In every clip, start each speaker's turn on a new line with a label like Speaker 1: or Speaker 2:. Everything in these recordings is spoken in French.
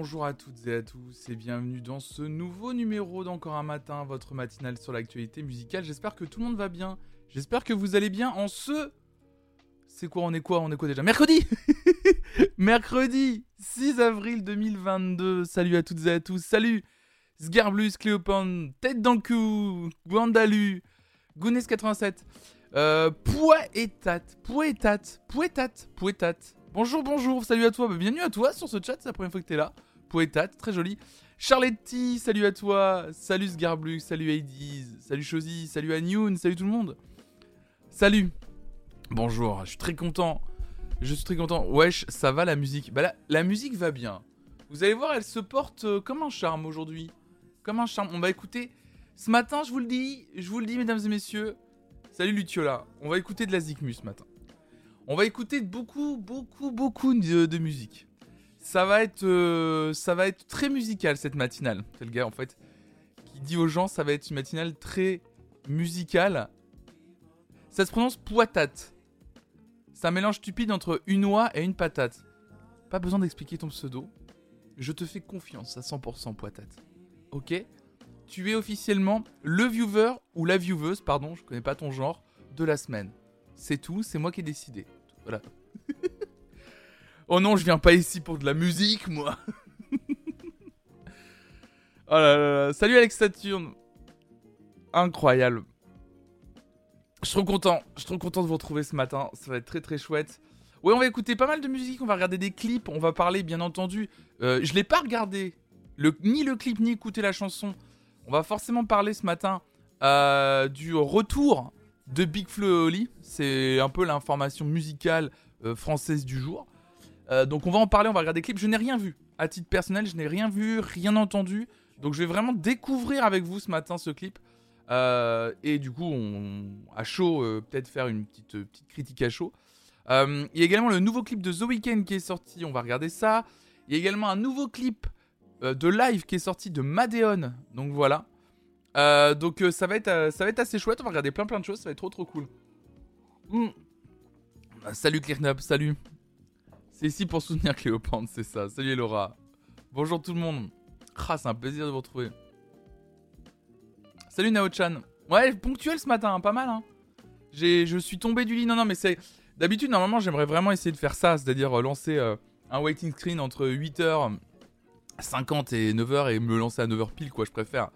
Speaker 1: bonjour à toutes et à tous et bienvenue dans ce nouveau numéro d'Encore un matin, votre matinale sur l'actualité musicale. J'espère que tout le monde va bien, j'espère que vous allez bien en ce... C'est quoi, on est quoi déjà? Mercredi Mercredi 6 avril 2022, salut à toutes et à tous, salut Sgarblus, Cléopande, Tête dans le cou, Guandalu, Gounes87, Pouetate. Bonjour, salut à toi, bienvenue à toi sur ce chat, c'est la première fois que t'es là. Pouetate, très joli. Charletti, salut à toi, salut Sgarblux, salut Hades, salut Chosy, salut Anyoun, salut tout le monde. Salut. Bonjour, je suis très content. Wesh, ça va la musique? Bah la musique va bien. Vous allez voir, elle se porte comme un charme aujourd'hui. Comme un charme. On va écouter, ce matin, je vous le dis, mesdames et messieurs. Salut Lutiola, on va écouter de la Zikmus ce matin. On va écouter beaucoup de musique. Ça va être très musical cette matinale. C'est le gars en fait qui dit aux gens ça va être une matinale très musicale. Ça se prononce Pouatate. C'est un mélange stupide entre une oie et une patate. Pas besoin d'expliquer ton pseudo. Je te fais confiance à 100% Pouatate. Ok ? Tu es officiellement le viewer ou la vieweuse, pardon, je connais pas ton genre, de la semaine. C'est tout, c'est moi qui ai décidé. Voilà. Oh non, je viens pas ici pour de la musique, moi. Oh là là. Salut Alex Saturne. Incroyable. Je suis trop content de vous retrouver ce matin. Ça va être très très chouette. Ouais, on va écouter pas mal de musique, on va regarder des clips, on va parler bien entendu. Je l'ai pas regardé, ni le clip, ni écouter la chanson. On va forcément parler ce matin du retour de Big Flo et Oli. C'est un peu l'information musicale française du jour. Donc on va en parler, on va regarder des clips. Je n'ai rien vu. À titre personnel, je n'ai rien vu, rien entendu. Donc je vais vraiment découvrir avec vous ce matin ce clip. Et du coup, à chaud, peut-être faire une petite critique à chaud. Il y a également le nouveau clip de The Weeknd qui est sorti, on va regarder ça. Il y a également un nouveau clip de live qui est sorti de Madeon. Donc voilà. Donc ça va être assez chouette, on va regarder plein de choses, ça va être trop cool. Salut Clearnop, salut. C'est ici pour soutenir Cléopande, c'est ça. Salut Laura. Bonjour tout le monde. C'est un plaisir de vous retrouver. Salut Nao-chan. Ouais, ponctuel ce matin, hein, pas mal. Hein. Je suis tombé du lit. Non, mais c'est... D'habitude, normalement, j'aimerais vraiment essayer de faire ça. C'est-à-dire lancer un waiting screen entre 8h50 et 9h et me lancer à 9h pile, quoi. Je préfère.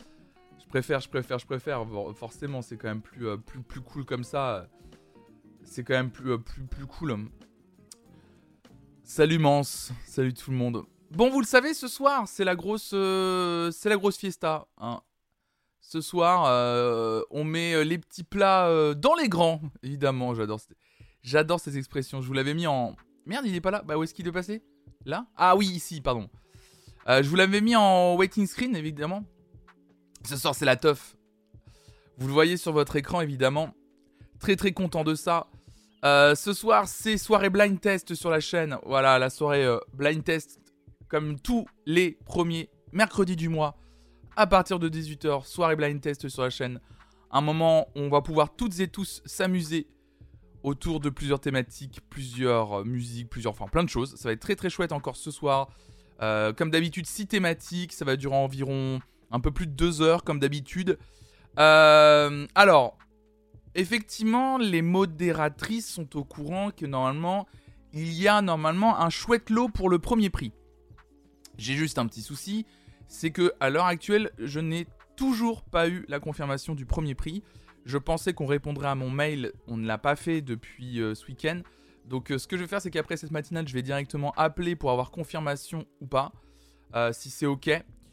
Speaker 1: Bon, forcément, c'est quand même plus cool comme ça. C'est quand même plus cool. Salut Mance. Salut tout le monde. Bon, vous le savez, ce soir, c'est la grosse fiesta, hein. Ce soir, on met les petits plats dans les grands. Évidemment, j'adore ces expressions. Je vous l'avais mis en... Merde, il est pas là. Bah, où est-ce qu'il est passé? Là? Ah oui, ici, pardon. Je vous l'avais mis en waiting screen, évidemment. Ce soir, c'est la teuf. Vous le voyez sur votre écran, évidemment. Très, très content de ça. Ce soir, c'est soirée blind test sur la chaîne. Voilà, la soirée blind test, comme tous les premiers mercredis du mois. À partir de 18h, soirée blind test sur la chaîne. Un moment où on va pouvoir toutes et tous s'amuser autour de plusieurs thématiques, plusieurs musiques, plein de choses. Ça va être très très chouette encore ce soir. Comme d'habitude, 6 thématiques. Ça va durer environ un peu plus de 2 heures comme d'habitude. Alors, effectivement, les modératrices sont au courant que normalement, il y a un chouette lot pour le premier prix. J'ai juste un petit souci. C'est que à l'heure actuelle, je n'ai toujours pas eu la confirmation du premier prix. Je pensais qu'on répondrait à mon mail, on ne l'a pas fait depuis ce week-end. Donc ce que je vais faire, c'est qu'après cette matinale, je vais directement appeler pour avoir confirmation ou pas, si c'est ok,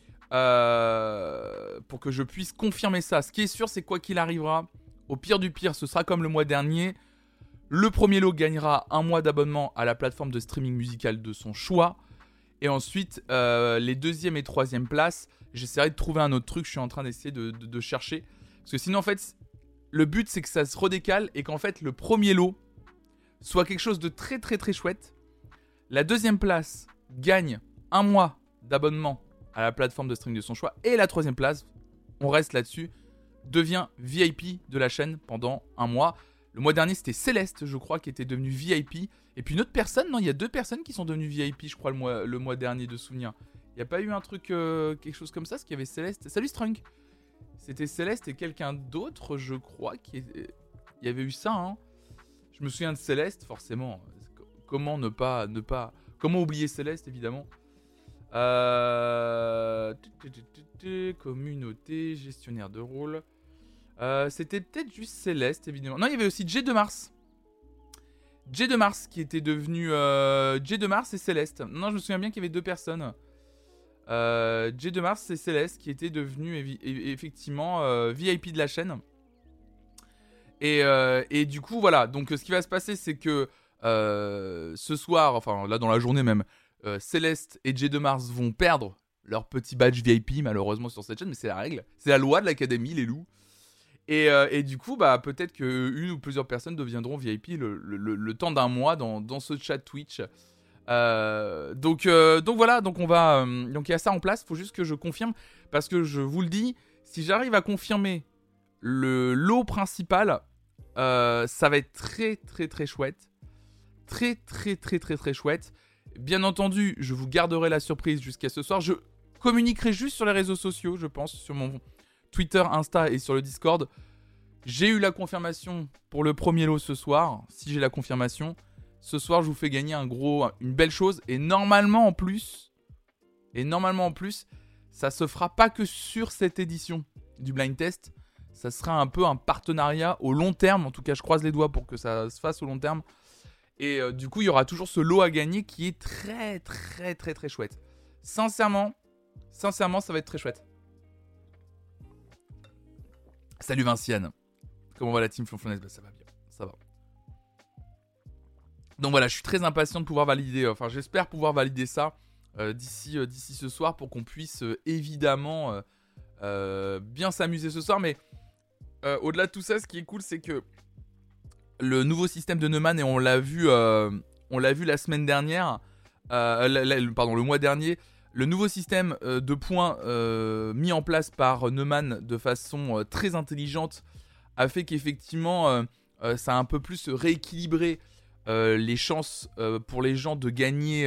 Speaker 1: pour que je puisse confirmer ça. Ce qui est sûr, c'est quoi qu'il arrivera, au pire du pire, ce sera comme le mois dernier. Le premier lot gagnera un mois d'abonnement à la plateforme de streaming musical de son choix. Et ensuite, les deuxième et troisième places, j'essaierai de trouver un autre truc. Je suis en train d'essayer de chercher. Parce que sinon, en fait, le but, c'est que ça se redécale et qu'en fait, le premier lot soit quelque chose de très, très, très chouette. La deuxième place gagne un mois d'abonnement à la plateforme de streaming de son choix. Et la troisième place, on reste là-dessus, devient VIP de la chaîne pendant un mois. Le mois dernier, c'était Céleste, je crois, qui était devenu VIP. Et puis une autre personne, non, il y a 2 personnes qui sont devenues VIP, je crois, le mois dernier de souvenir. Il n'y a pas eu un truc, quelque chose comme ça, parce qu'il y avait Céleste. Salut Strunk. C'était Céleste et quelqu'un d'autre, je crois, il y avait eu ça, hein. Je me souviens de Céleste, forcément. Comment comment oublier Céleste, évidemment. Communauté, gestionnaire de rôle. C'était peut-être juste Céleste, évidemment. Non, il y avait aussi J de Mars. J de Mars qui était devenu J de Mars et Céleste. Non, je me souviens bien qu'il y avait 2 personnes. J de Mars et Céleste qui étaient devenus effectivement VIP de la chaîne. Et du coup, voilà. Donc, ce qui va se passer, c'est que ce soir, enfin là dans la journée même, Céleste et J de Mars vont perdre leur petit badge VIP malheureusement sur cette chaîne, mais c'est la règle. C'est la loi de l'académie, les loups. Et du coup, bah, peut-être qu'une ou plusieurs personnes deviendront VIP le temps d'un mois dans ce chat Twitch. Donc voilà, donc il y a ça en place. Faut juste que je confirme, parce que je vous le dis, si j'arrive à confirmer le lot principal, ça va être très très très chouette, très très très très très chouette. Bien entendu, je vous garderai la surprise jusqu'à ce soir. Je communiquerai juste sur les réseaux sociaux, je pense, sur mon Twitter, Insta et sur le Discord. J'ai eu la confirmation pour le premier lot ce soir. Si j'ai la confirmation, ce soir je vous fais gagner une belle chose. Et normalement en plus, ça se fera pas que sur cette édition du blind test. Ça sera un peu un partenariat au long terme. En tout cas, je croise les doigts pour que ça se fasse au long terme. Et du coup, il y aura toujours ce lot à gagner qui est très très très très chouette. Sincèrement, ça va être très chouette. Salut Vinciane. Comment va la team Flonflonaise ? Bah, ça va bien, ça va. Donc voilà, je suis très impatient de pouvoir valider, j'espère pouvoir valider ça d'ici ce soir pour qu'on puisse évidemment bien s'amuser ce soir. Mais au-delà de tout ça, ce qui est cool, c'est que le nouveau système de Neumann, et on l'a vu la semaine dernière, le mois dernier, le nouveau système de points mis en place par Neumann de façon très intelligente a fait qu'effectivement ça a un peu plus rééquilibré les chances pour les gens de gagner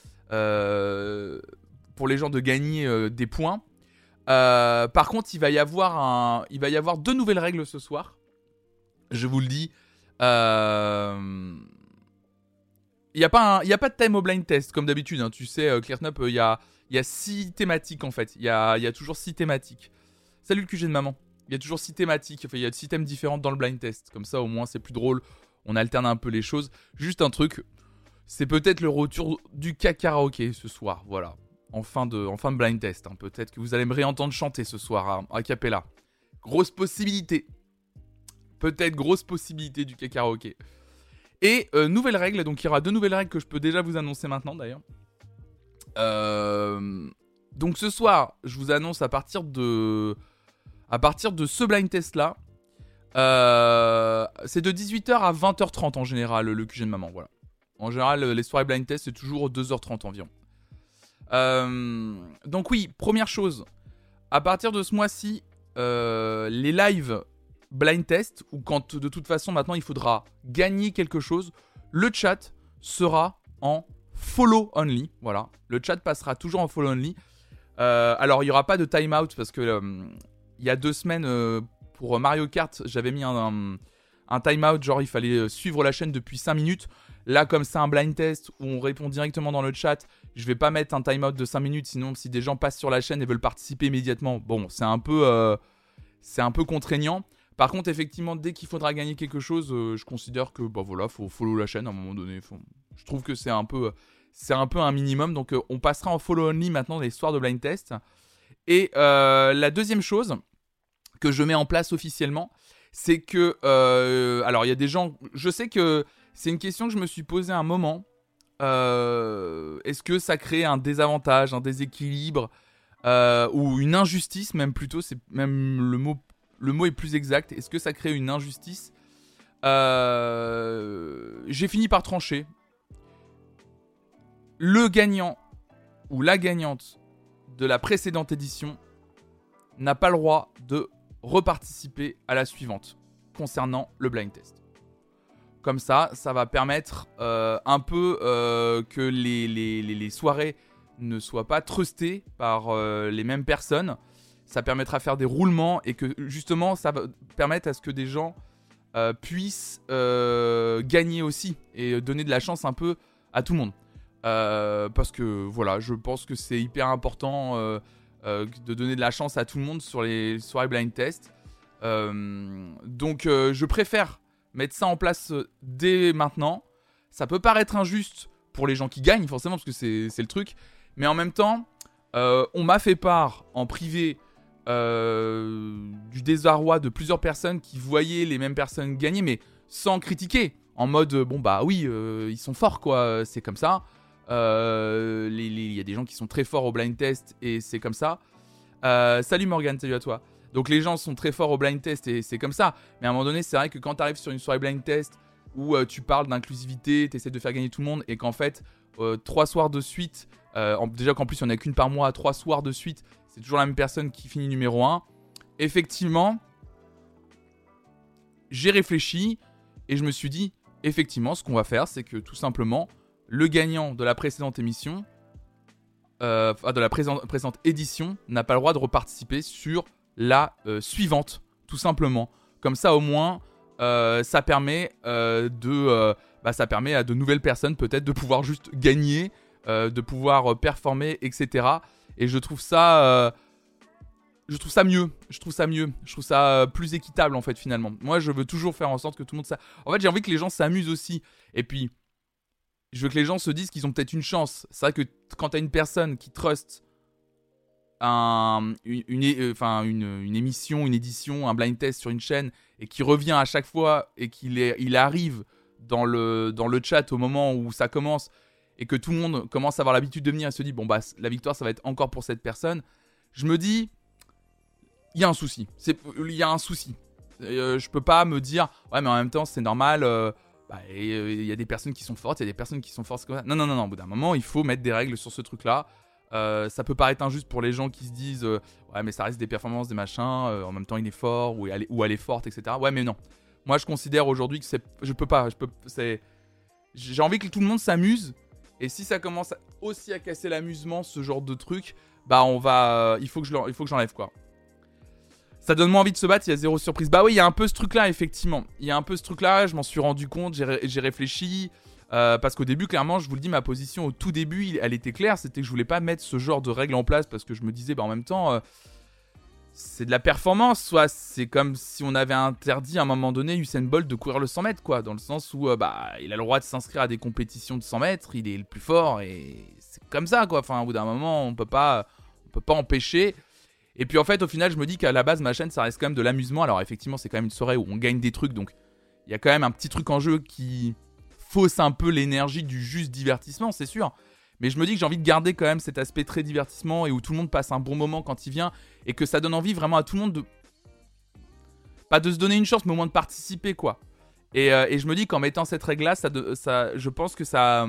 Speaker 1: des points. Par contre, il va y avoir 2 nouvelles règles ce soir. Je vous le dis. Il n'y a pas de time au blind test comme d'habitude, hein. Tu sais, ClearSnap, il y a 6 thématiques en fait. Il y a toujours 6 thématiques. Salut le QG de maman. Il y a toujours 6 thématiques. Enfin, il y a 6 thèmes différents dans le blind test. Comme ça, au moins, c'est plus drôle. On alterne un peu les choses. Juste un truc. C'est peut-être le retour du karaoké ce soir. Voilà. En fin de blind test, hein. Peut-être que vous allez me réentendre chanter ce soir a cappella. Grosse possibilité. Peut-être grosse possibilité du karaoké. Et nouvelle règle. Donc, il y aura 2 nouvelles règles que je peux déjà vous annoncer maintenant, d'ailleurs. Donc, ce soir, je vous annonce à partir de ce blind test là, c'est de 18h à 20h30 en général le QG de maman, voilà. En général, les soirées blind test, c'est toujours 2h30 environ. Donc oui, première chose, à partir de ce mois-ci, les lives blind test, ou quand de toute façon maintenant il faudra gagner quelque chose, le chat sera en follow only, voilà. Le chat passera toujours en follow only. Alors il n'y aura pas de timeout parce que il y a 2 semaines pour Mario Kart, j'avais mis un timeout, genre il fallait suivre la chaîne depuis 5 minutes. Là, comme c'est un blind test où on répond directement dans le chat, je vais pas mettre un timeout de 5 minutes, sinon si des gens passent sur la chaîne et veulent participer immédiatement, bon, c'est un peu contraignant. Par contre, effectivement, dès qu'il faudra gagner quelque chose, je considère que voilà, faut follow la chaîne à un moment donné. Je trouve que c'est un peu un minimum, donc on passera en follow only maintenant les soirs de blind test. Et la deuxième chose que je mets en place officiellement, c'est que alors il y a des gens, je sais que c'est une question que je me suis posée à un moment. Est-ce que ça crée un désavantage, un déséquilibre ou une injustice même plutôt, c'est même le mot est plus exact. Est-ce que ça crée une injustice ? J'ai fini par trancher. Le gagnant ou la gagnante de la précédente édition n'a pas le droit de reparticiper à la suivante concernant le blind test. Comme ça va permettre un peu que les soirées ne soient pas trustés par les mêmes personnes. Ça permettra de faire des roulements et que justement ça va permettre à ce que des gens puissent gagner aussi et donner de la chance un peu à tout le monde. Parce que voilà, je pense que c'est hyper important de donner de la chance à tout le monde sur les soirées blind test. Donc je préfère mettre ça en place dès maintenant. Ça peut paraître injuste pour les gens qui gagnent forcément parce que c'est le truc. Mais en même temps, on m'a fait part en privé du désarroi de plusieurs personnes qui voyaient les mêmes personnes gagner, mais sans critiquer, en mode bon bah oui, ils sont forts quoi, c'est comme ça. Il y a des gens qui sont très forts au blind test et c'est comme ça. Salut Morgane, salut à toi. Donc les gens sont très forts au blind test et c'est comme ça. Mais à un moment donné, c'est vrai que quand tu arrives sur une soirée blind test où tu parles d'inclusivité, tu essaies de faire gagner tout le monde et qu'en fait 3 soirs de suite, déjà qu'en plus il n'y en a qu'une par mois, 3 soirs de suite, c'est toujours la même personne qui finit numéro 1. Effectivement, j'ai réfléchi et je me suis dit, effectivement, ce qu'on va faire, c'est que tout simplement, le gagnant de la précédente émission, de la précédente édition, n'a pas le droit de reparticiper sur la suivante, tout simplement. Comme ça, au moins, ça permet ça permet à de nouvelles personnes peut-être de pouvoir juste gagner, de pouvoir performer, etc. Et je trouve ça mieux. Je trouve ça plus équitable en fait finalement. Moi, je veux toujours faire en sorte que tout le monde En fait, j'ai envie que les gens s'amusent aussi. Et puis, je veux que les gens se disent qu'ils ont peut-être une chance. C'est vrai que quand t'as une personne qui trust une émission, une édition, un blind test sur une chaîne et qui revient à chaque fois et qu'il arrive dans le chat au moment où ça commence et que tout le monde commence à avoir l'habitude de venir et se dit bon bah la victoire ça va être encore pour cette personne, je me dis il y a un souci. Je peux pas me dire ouais mais en même temps c'est normal, il y a des personnes qui sont fortes, il y a des personnes qui sont fortes. Non, au bout d'un moment il faut mettre des règles sur ce truc là. Ça peut paraître injuste pour les gens qui se disent ouais mais ça reste des performances, des machins, en même temps il est fort ou elle est forte, etc. Ouais mais non, moi je considère aujourd'hui que j'ai envie que tout le monde s'amuse. Et si ça commence aussi à casser l'amusement, ce genre de truc, bah il faut que j'enlève quoi. Ça donne moins envie de se battre, il y a zéro surprise. Bah oui, il y a un peu ce truc là effectivement. Il y a un peu ce truc là, je m'en suis rendu compte, j'ai réfléchi. Parce qu'au début, clairement, je vous le dis, ma position au tout début, elle était claire. C'était que je voulais pas mettre ce genre de règles en place parce que je me disais, en même temps, c'est de la performance. Soit c'est comme si on avait interdit à un moment donné Usain Bolt de courir le 100 mètres, quoi. Dans le sens où il a le droit de s'inscrire à des compétitions de 100 mètres, il est le plus fort et c'est comme ça, quoi. Enfin, au bout d'un moment, on peut pas empêcher. Et puis en fait, au final, je me dis qu'à la base, ma chaîne, ça reste quand même de l'amusement. Alors effectivement, c'est quand même une soirée où on gagne des trucs, donc il y a quand même un petit truc en jeu qui fausse un peu l'énergie du juste divertissement, c'est sûr. Mais je me dis que j'ai envie de garder quand même cet aspect très divertissement et où tout le monde passe un bon moment quand il vient et que ça donne envie vraiment à tout le monde de... Pas de se donner une chance, mais au moins de participer, quoi. Et je me dis qu'en mettant cette règle-là, je pense que ça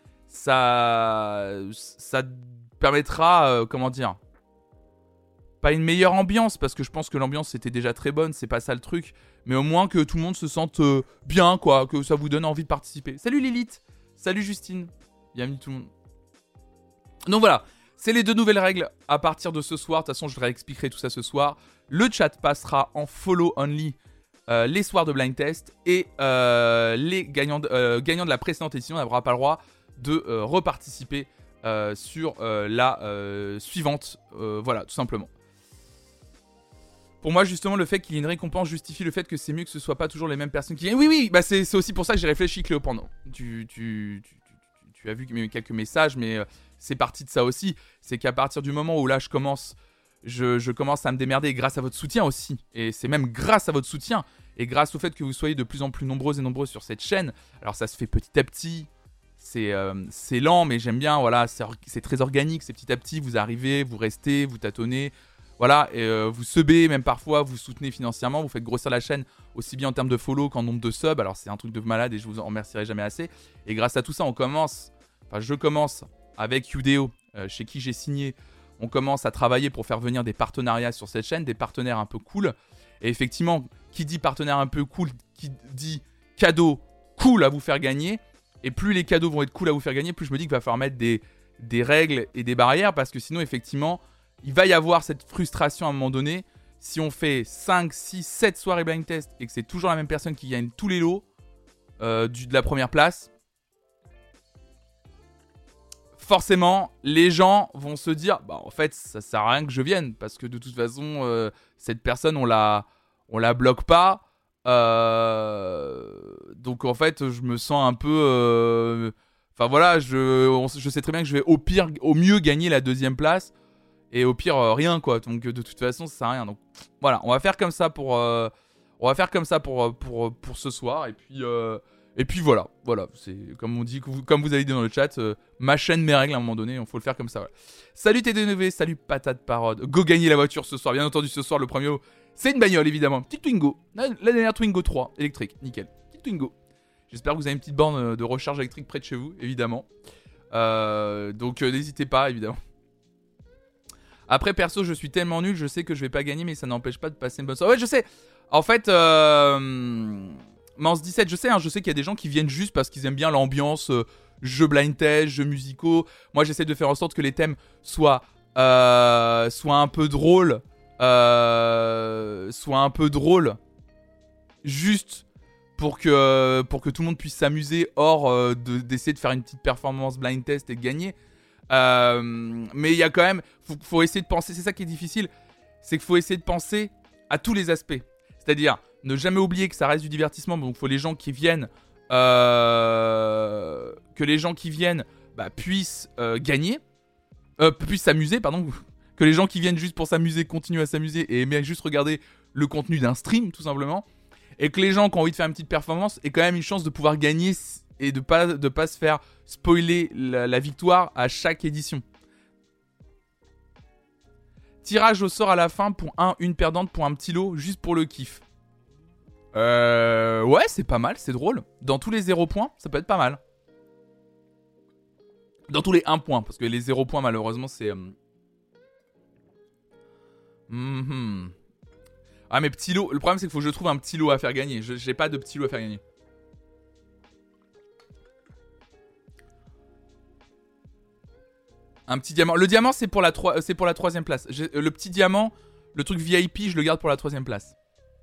Speaker 1: permettra, pas une meilleure ambiance, parce que je pense que l'ambiance était déjà très bonne, c'est pas ça le truc, mais au moins que tout le monde se sente bien, quoi, que ça vous donne envie de participer. Salut Lilith, salut Justine, bienvenue tout le monde. Donc voilà, c'est les 2 nouvelles règles à partir de ce soir. De toute façon, je vous réexpliquerai tout ça ce soir. Le chat passera en follow only les soirs de blind test et les gagnants de la précédente édition n'aura pas le droit de reparticiper sur la suivante. Voilà, tout simplement. Pour moi, justement, le fait qu'il y ait une récompense justifie le fait que c'est mieux que ce soit pas toujours les mêmes personnes qui gagnent. Oui, bah c'est aussi pour ça que j'ai réfléchi, Cléopendre. Tu as vu quelques messages, mais c'est parti de ça aussi. C'est qu'à partir du moment où là, je commence à me démerder grâce à votre soutien aussi. Et c'est même grâce à votre soutien et grâce au fait que vous soyez de plus en plus nombreux et nombreuses sur cette chaîne. Alors ça se fait petit à petit. C'est lent, mais j'aime bien. Voilà, c'est très organique. C'est petit à petit. Vous arrivez, vous restez, vous tâtonnez. Voilà, et vous subez, même parfois, vous soutenez financièrement, vous faites grossir la chaîne aussi bien en termes de follow qu'en nombre de subs. Alors c'est un truc de malade et je vous en remercierai jamais assez. Et grâce à tout ça, je commence avec Udeo, chez qui j'ai signé. On commence à travailler pour faire venir des partenariats sur cette chaîne, des partenaires un peu cool. Et effectivement, qui dit partenaire un peu cool, qui dit cadeau cool à vous faire gagner. Et plus les cadeaux vont être cool à vous faire gagner, plus je me dis qu'il va falloir mettre des des règles et des barrières, parce que sinon, effectivement, il va y avoir cette frustration à un moment donné. Si on fait 5, 6, 7 soirées blind test et que c'est toujours la même personne qui gagne tous les lots de la première place, forcément, les gens vont se dire bah en fait, ça sert à rien que je vienne parce que de toute façon, cette personne, on la bloque pas. Donc en fait, je me sens un peu. Enfin voilà, je sais très bien que je vais au mieux gagner la deuxième place et au pire rien quoi. Donc de toute façon, ça sert à rien. Donc voilà, on va faire comme ça pour ce soir et puis voilà, c'est comme on dit, comme vous avez dit dans le chat, ma chaîne, mes règles à un moment donné, il faut le faire comme ça. Voilà. Salut TDNV, salut Patate Parode, go gagner la voiture ce soir, bien entendu ce soir le premier lot, c'est une bagnole évidemment, petite Twingo, la dernière Twingo 3, électrique, nickel, petite Twingo. J'espère que vous avez une petite borne de recharge électrique près de chez vous, évidemment. Donc n'hésitez pas, évidemment. Après perso, je suis tellement nul, je sais que je vais pas gagner, mais ça n'empêche pas de passer une bonne soirée. Ouais, je sais. En fait, Mance 17, je sais qu'il y a des gens qui viennent juste parce qu'ils aiment bien l'ambiance, jeux blind test, jeux musicaux. Moi, j'essaie de faire en sorte que les thèmes soient un peu drôles, juste pour que tout le monde puisse s'amuser, hors d'essayer de faire une petite performance blind test et de gagner. Mais il y a quand même, faut essayer de penser. C'est ça qui est difficile, c'est qu'il faut essayer de penser à tous les aspects. C'est-à-dire ne jamais oublier que ça reste du divertissement, donc il faut que les gens qui viennent puissent gagner, puissent s'amuser, pardon. Que les gens qui viennent juste pour s'amuser continuent à s'amuser et aiment juste regarder le contenu d'un stream, tout simplement. Et que les gens qui ont envie de faire une petite performance aient quand même une chance de pouvoir gagner et de pas se faire spoiler la victoire à chaque édition. Tirage au sort à la fin pour une perdante pour un petit lot, juste pour le kiff. Ouais, c'est pas mal, c'est drôle. Dans tous les 0 points, ça peut être pas mal. Dans tous les 1 point, parce que les 0 points, malheureusement, c'est... Ah, mais petit lot, le problème, c'est qu'il faut que je trouve un petit lot à faire gagner. J'ai pas de petit lot à faire gagner. Un petit diamant. Le diamant, c'est pour la troisième place. Le petit diamant, le truc VIP, je le garde pour la 3ème place.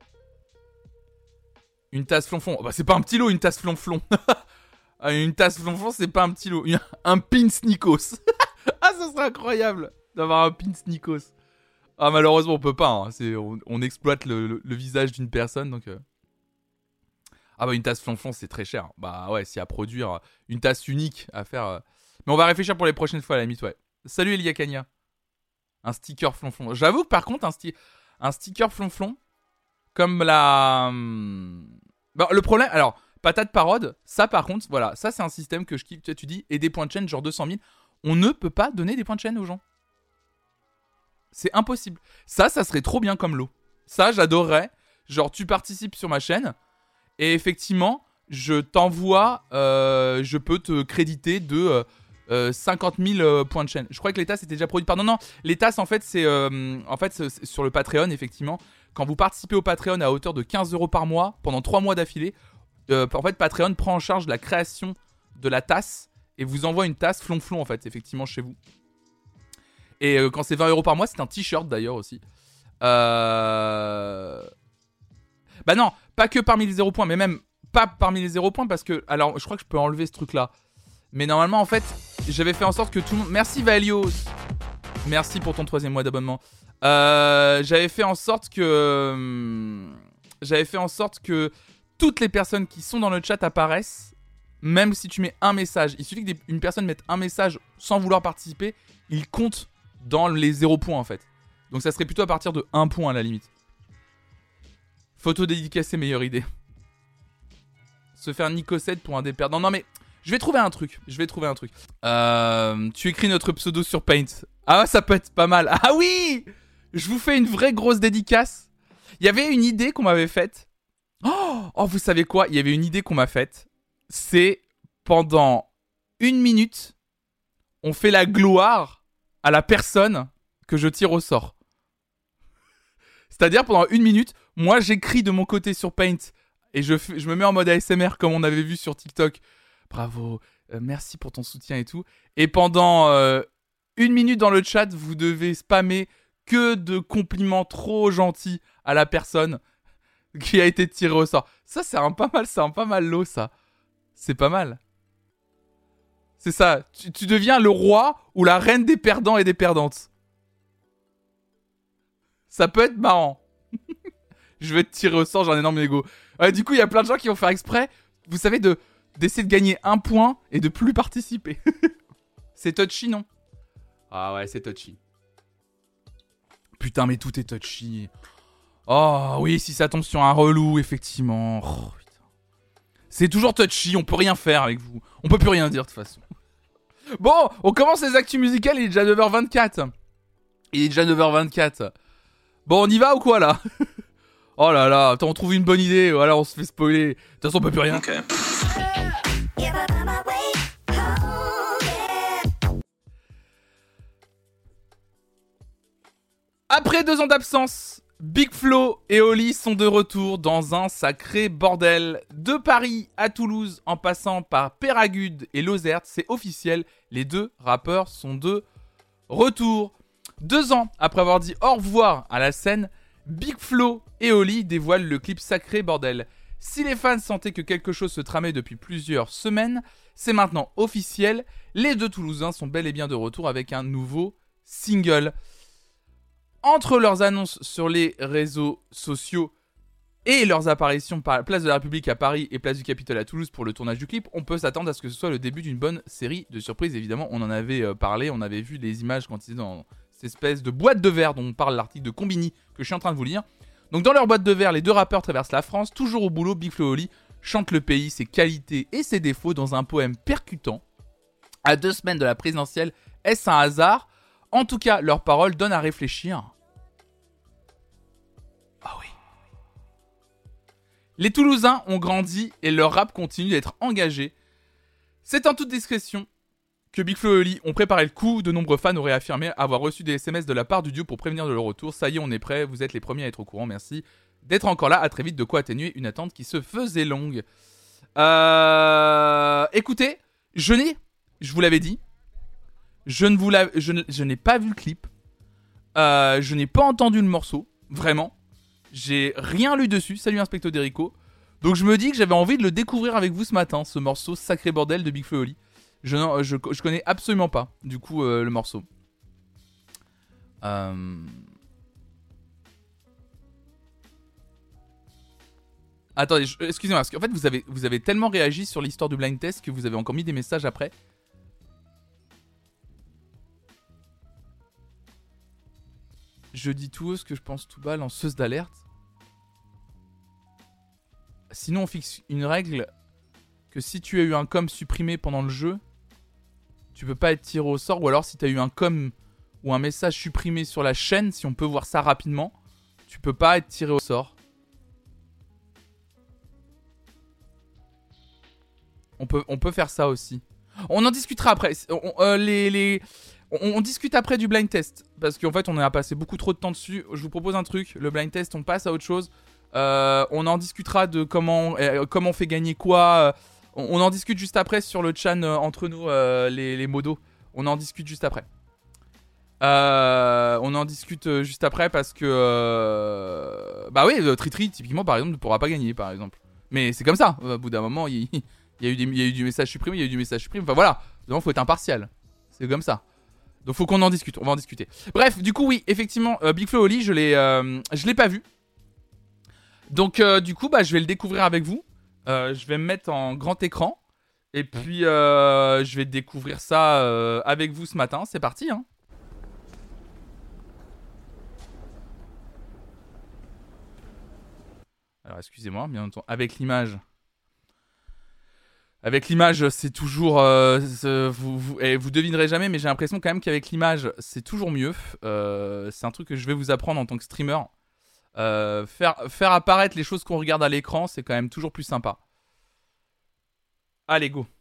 Speaker 1: Une tasse flonflon. Oh bah, c'est pas un petit lot, une tasse flonflon. Une tasse flonflon, c'est pas un petit lot. Un pins Nikos. Ah, ça serait incroyable d'avoir un pins Nikos. Ah, malheureusement, on peut pas. Hein. On exploite le visage d'une personne, donc... Ah bah, une tasse flonflon, c'est très cher. Bah ouais, si à produire une tasse unique à faire... Mais on va réfléchir pour les prochaines fois, à la limite, ouais. Salut Elia Kanya. Un sticker flonflon. J'avoue que par contre, un sticker flonflon, comme la... Bon, le problème... Alors, Patate Parode, ça par contre, voilà, ça c'est un système que je kiffe. Tu dis, et des points de chaîne, genre 200 000. On ne peut pas donner des points de chaîne aux gens. C'est impossible. Ça serait trop bien comme lot. Ça, j'adorerais. Genre, tu participes sur ma chaîne, et effectivement, je t'envoie... je peux te créditer de... 50 000 points de chaîne. Je crois que les tasses étaient déjà produites par... Non, les tasses, en fait, c'est sur le Patreon, effectivement. Quand vous participez au Patreon à hauteur de 15 € par mois, pendant 3 mois d'affilée, en fait, Patreon prend en charge la création de la tasse et vous envoie une tasse flonflon, en fait, effectivement, chez vous. Et quand c'est 20 € par mois, c'est un t-shirt, d'ailleurs, aussi. Bah non, pas que parmi les 0 points, mais même pas parmi les 0 points, parce que... Alors, je crois que je peux enlever ce truc-là. Mais normalement, en fait, j'avais fait en sorte que tout le monde... Merci Valios. Merci pour ton 3e mois d'abonnement. J'avais fait en sorte que toutes les personnes qui sont dans le chat apparaissent, même si tu mets un message. Il suffit qu'une personne mette un message sans vouloir participer, il compte dans les 0 points en fait. Donc ça serait plutôt à partir de 1 point à la limite. Photo dédicacée, meilleure idée. Se faire Nicosette pour un des perdants. Non mais... Je vais trouver un truc. Tu écris notre pseudo sur Paint. Ah, ça peut être pas mal. Ah oui! Je vous fais une vraie grosse dédicace. Il y avait une idée qu'on m'avait faite. Oh, vous savez quoi? Il y avait une idée qu'on m'a faite. C'est pendant 1 minute, on fait la gloire à la personne que je tire au sort. C'est-à-dire, pendant 1 minute, moi, j'écris de mon côté sur Paint et je me mets en mode ASMR comme on avait vu sur TikTok. Bravo, Merci pour ton soutien et tout. Et pendant 1 minute dans le chat, vous devez spammer que de compliments trop gentils à la personne qui a été tirée au sort. Ça, c'est un pas mal lot, ça. C'est pas mal. C'est ça. Tu deviens le roi ou la reine des perdants et des perdantes. Ça peut être marrant. Je vais te tirer au sort, j'ai un énorme ego. Ouais, du coup, il y a plein de gens qui vont faire exprès, vous savez, d'essayer de gagner un point et de plus participer. C'est touchy, non? Ah ouais, c'est touchy. Putain, mais tout est touchy. Oh oui, si ça tombe sur un relou, effectivement. Oh, putain. C'est toujours touchy, on peut rien faire avec vous. On peut plus rien dire de toute façon. Bon, on commence les actus musicales, il est déjà 9h24. Il est déjà 9h24. Bon, on y va ou quoi là? Oh là là, attends, on trouve une bonne idée, voilà, on se fait spoiler. De toute façon, on peut plus rien. Okay. Après 2 ans d'absence, Big Flo et Oli sont de retour dans un sacré bordel. De Paris à Toulouse, en passant par Péragude et Lozerte, c'est officiel, les 2 rappeurs sont de retour. 2 ans après avoir dit au revoir à la scène, Big Flo et Oli dévoilent le clip Sacré Bordel. Si les fans sentaient que quelque chose se tramait depuis plusieurs semaines, c'est maintenant officiel, les 2 Toulousains sont bel et bien de retour avec un nouveau single. Entre leurs annonces sur les réseaux sociaux et leurs apparitions par Place de la République à Paris et Place du Capitole à Toulouse pour le tournage du clip, on peut s'attendre à ce que ce soit le début d'une bonne série de surprises. Évidemment, on en avait parlé, on avait vu les images quand ils étaient dans cette espèce de boîte de verre dont on parle l'article de Combini que je suis en train de vous lire. Donc dans leur boîte de verre, les 2 rappeurs traversent la France, toujours au boulot, Big Flo et Oli chantent le pays, ses qualités et ses défauts dans un poème percutant. À 2 semaines de la présidentielle, est-ce un hasard? En tout cas, leurs paroles donnent à réfléchir. Ah oui. Les Toulousains ont grandi et leur rap continue d'être engagé. C'est en toute discrétion que Big Flo et Oli ont préparé le coup. De nombreux fans auraient affirmé avoir reçu des SMS de la part du duo pour prévenir de leur retour. Ça y est, on est prêt, vous êtes les premiers à être au courant, merci d'être encore là. À très vite, de quoi atténuer une attente qui se faisait longue. Écoutez, je vous l'avais dit, je n'ai pas vu le clip. Je n'ai pas entendu le morceau, vraiment. J'ai rien lu dessus, salut Inspecteur Derico. Donc je me dis que j'avais envie de le découvrir avec vous ce matin, ce morceau Sacré Bordel de Big Flo et Oli. Je connais absolument pas, du coup, le morceau. Attendez, excusez-moi, parce qu'en fait, vous avez tellement réagi sur l'histoire du blind test que vous avez encore mis des messages après. Je dis tout haut ce que je pense tout bas, lanceuse d'alerte. Sinon, on fixe une règle que si tu as eu un com supprimé pendant le jeu, tu peux pas être tiré au sort. Ou alors, si tu as eu un com ou un message supprimé sur la chaîne, si on peut voir ça rapidement, tu peux pas être tiré au sort. On peut faire ça aussi. On en discutera après. On discute après du blind test. Parce qu'en fait, on a passé beaucoup trop de temps dessus. Je vous propose un truc. Le blind test, on passe à autre chose. On en discutera de comment on fait gagner quoi. On en discute juste après sur le chan entre nous, les modos. On en discute juste après. On en discute juste après parce que... bah oui, Tritri, typiquement, par exemple, ne pourra pas gagner, par exemple. Mais c'est comme ça. Au bout d'un moment, il y a eu du message supprimé, il y a eu du message supprimé. Enfin voilà, il faut être impartial. C'est comme ça. Donc faut qu'on en discute, on va en discuter. Bref, du coup, oui, effectivement, Big Flo et Oli, je l'ai pas vu. Donc du coup, bah, je vais le découvrir avec vous. Je vais me mettre en grand écran. Et puis, je vais découvrir ça avec vous ce matin. C'est parti, hein. Alors, excusez-moi, bien entendu. Avec l'image, c'est toujours... vous devinerez jamais, mais j'ai l'impression quand même qu'avec l'image, c'est toujours mieux. C'est un truc que je vais vous apprendre en tant que streamer. Faire apparaître les choses qu'on regarde à l'écran, c'est quand même toujours plus sympa. Allez, go.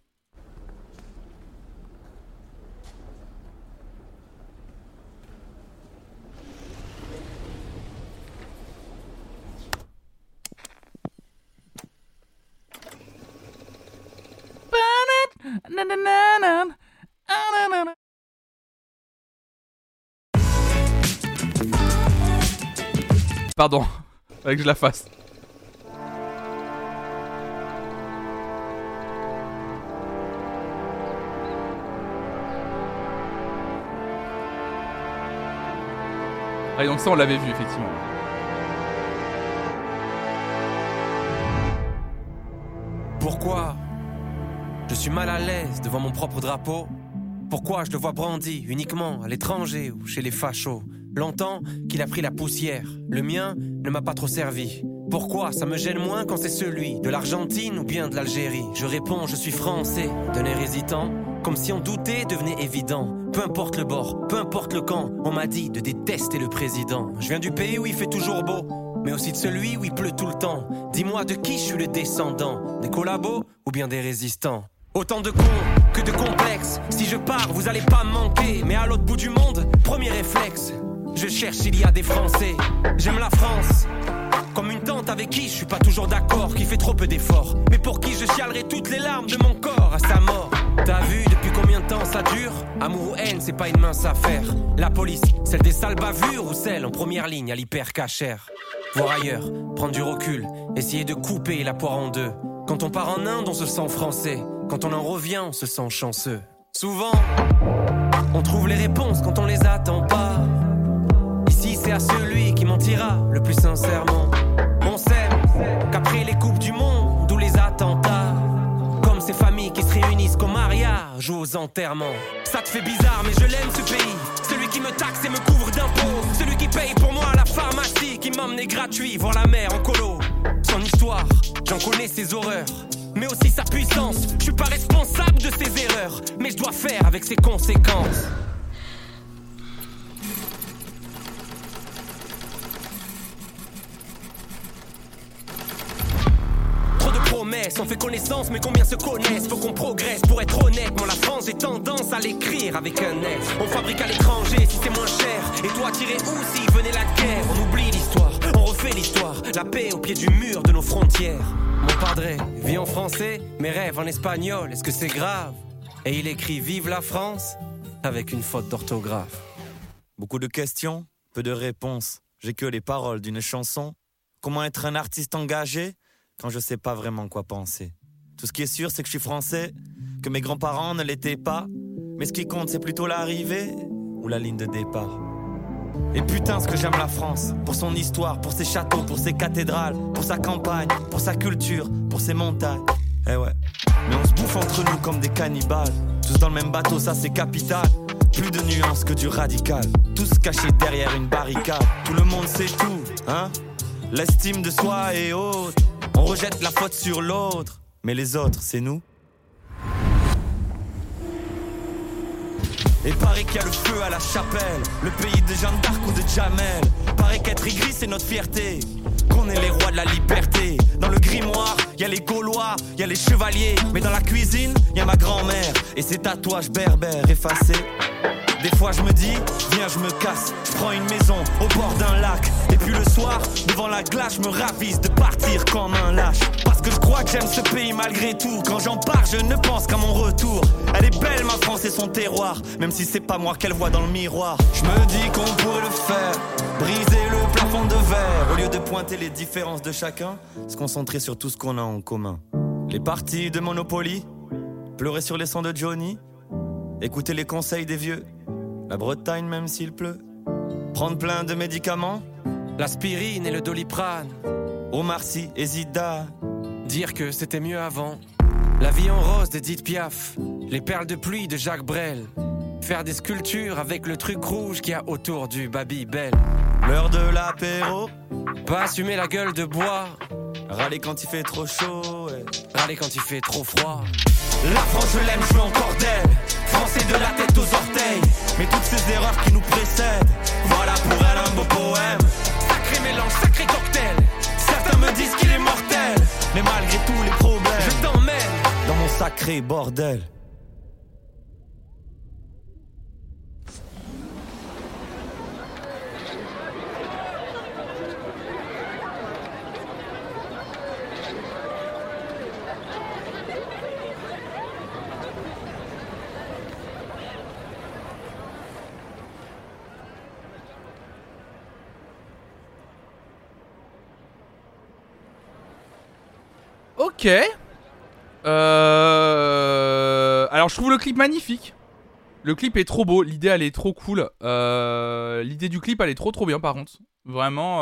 Speaker 1: Pardon, fallait que je la fasse. Ah, donc ça on l'avait vu effectivement.
Speaker 2: Pourquoi je suis mal à l'aise devant mon propre drapeau? Pourquoi je le vois brandi uniquement à l'étranger ou chez les fachos? Longtemps qu'il a pris la poussière, le mien ne m'a pas trop servi. Pourquoi ça me gêne moins quand c'est celui de l'Argentine ou bien de l'Algérie? Je réponds, je suis français, d'un air hésitant, comme si en douter devenait évident. Peu importe le bord, peu importe le camp, on m'a dit de détester le président. Je viens du pays où il fait toujours beau, mais aussi de celui où il pleut tout le temps. Dis-moi de qui je suis le descendant, des collabos ou bien des résistants? Autant de cons que de complexes. Si je pars, vous allez pas me manquer. Mais à l'autre bout du monde, premier réflexe, je cherche s'il y a des Français. J'aime la France, comme une tante avec qui je suis pas toujours d'accord, qui fait trop peu d'efforts, mais pour qui je chialerai toutes les larmes de mon corps à sa mort. T'as vu depuis combien de temps ça dure? Amour ou haine, c'est pas une mince affaire. La police, celle des sales bavures ou celle en première ligne à l'hyper-cachère? Voir ailleurs, prendre du recul, essayer de couper la poire en deux. Quand on part en Inde, on se sent français. Quand on en revient, on se sent chanceux. Souvent, on trouve les réponses quand on les attend pas. Ici, c'est à celui qui mentira le plus sincèrement. On sait qu'après les coupes du monde ou les attentats, comme ces familles qui se réunissent qu'au mariage ou aux enterrements. Ça te fait bizarre, mais je l'aime ce pays. Celui qui me taxe et me couvre d'impôts. Celui qui paye pour moi à la pharmacie, qui m'emmenait gratuit voir la mer en colo. Son histoire, j'en connais ses horreurs, mais aussi sa puissance. Je suis pas responsable de ses erreurs, mais je dois faire avec ses conséquences. Trop de promesses, on fait connaissance, mais combien se connaissent? Faut qu'on progresse pour être honnête. Moi la France, j'ai tendance à l'écrire avec un S. On fabrique à l'étranger si c'est moins cher. Et toi tirer où si venait la guerre? On oublie l'histoire, on refait l'histoire. La paix au pied du mur de nos frontières. Mon padré vit en français, mes rêves en espagnol, est-ce que c'est grave? Et il écrit Vive la France avec une faute d'orthographe.
Speaker 3: Beaucoup de questions, peu de réponses. J'ai que les paroles d'une chanson. Comment être un artiste engagé quand je sais pas vraiment quoi penser? Tout ce qui est sûr, c'est que je suis français, que mes grands-parents ne l'étaient pas. Mais ce qui compte, c'est plutôt l'arrivée ou la ligne de départ. Et putain, ce que j'aime la France, pour son histoire, pour ses châteaux, pour ses cathédrales, pour sa campagne, pour sa culture, pour ses montagnes. Eh ouais, mais on se bouffe entre nous comme des cannibales. Tous dans le même bateau, ça c'est capital. Plus de nuances que du radical. Tous cachés derrière une barricade. Tout le monde sait tout, hein? L'estime de soi est haute. On rejette la faute sur l'autre. Mais les autres, c'est nous. Et paraît qu'il y a le feu à la chapelle, le pays de Jeanne d'Arc ou de Jamel. Paraît qu'être aigri c'est notre fierté, qu'on est les rois de la liberté. Dans le grimoire, y a les Gaulois, y a les chevaliers. Mais dans la cuisine, y a ma grand-mère et ses tatouages berbères effacés. Des fois je me dis, viens je me casse, je prends une maison au bord d'un lac. Et puis le soir, devant la glace, je me ravise de partir comme un lâche. Parce que je crois que j'aime ce pays malgré tout. Quand j'en pars, je ne pense qu'à mon retour. Elle est belle ma France et son terroir, même si c'est pas moi qu'elle voit dans le miroir. Je me dis qu'on pourrait le faire, briser le plafond de verre. Au lieu de pointer les différences de chacun, se concentrer sur tout ce qu'on a en commun. Les parties de Monopoly, pleurer sur les sons de Johnny, écouter les conseils des vieux, la Bretagne même s'il pleut, prendre plein de médicaments,
Speaker 2: l'aspirine et le Doliprane,
Speaker 3: Omar Sy et Zidane,
Speaker 2: dire que c'était mieux avant, la vie en rose d'Edith Piaf, les perles de pluie de Jacques Brel, faire des sculptures avec le truc rouge qu'il y a autour du Babybel.
Speaker 3: L'heure de l'apéro,
Speaker 2: pas assumer la gueule de bois,
Speaker 3: râler quand il fait trop chaud, ouais.
Speaker 2: Râler quand il fait trop froid.
Speaker 3: La France je l'aime, je veux encore d'elle, français de la tête aux orteils. Mais toutes ces erreurs qui nous précèdent, voilà pour elle un beau poème.
Speaker 2: Sacré mélange, sacré cocktail.
Speaker 3: Certains me disent qu'il est mortel, mais malgré tous les problèmes,
Speaker 2: je t'emmène
Speaker 3: dans mon sacré bordel.
Speaker 1: Ok. Alors je trouve le clip magnifique. Le clip est trop beau, l'idée elle est trop cool. L'idée du clip elle est trop bien par contre. Vraiment,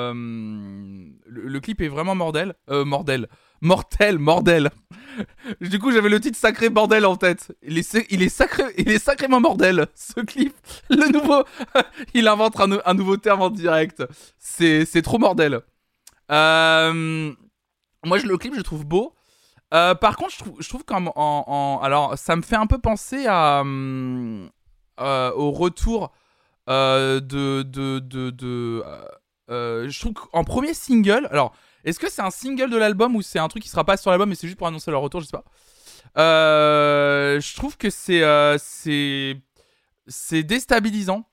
Speaker 1: le clip est vraiment mortel. Mortel. Du coup j'avais le titre Sacré Bordel en tête. Il est sacrément bordel ce clip. Le nouveau, il invente un nouveau terme en direct. C'est trop bordel. Moi le clip je le trouve beau. Par contre, je trouve alors, ça me fait un peu penser au retour je trouve qu'en premier single, alors, est-ce que c'est un single de l'album ou c'est un truc qui sera pas sur l'album mais c'est juste pour annoncer leur retour, je sais pas. Je trouve que c'est déstabilisant.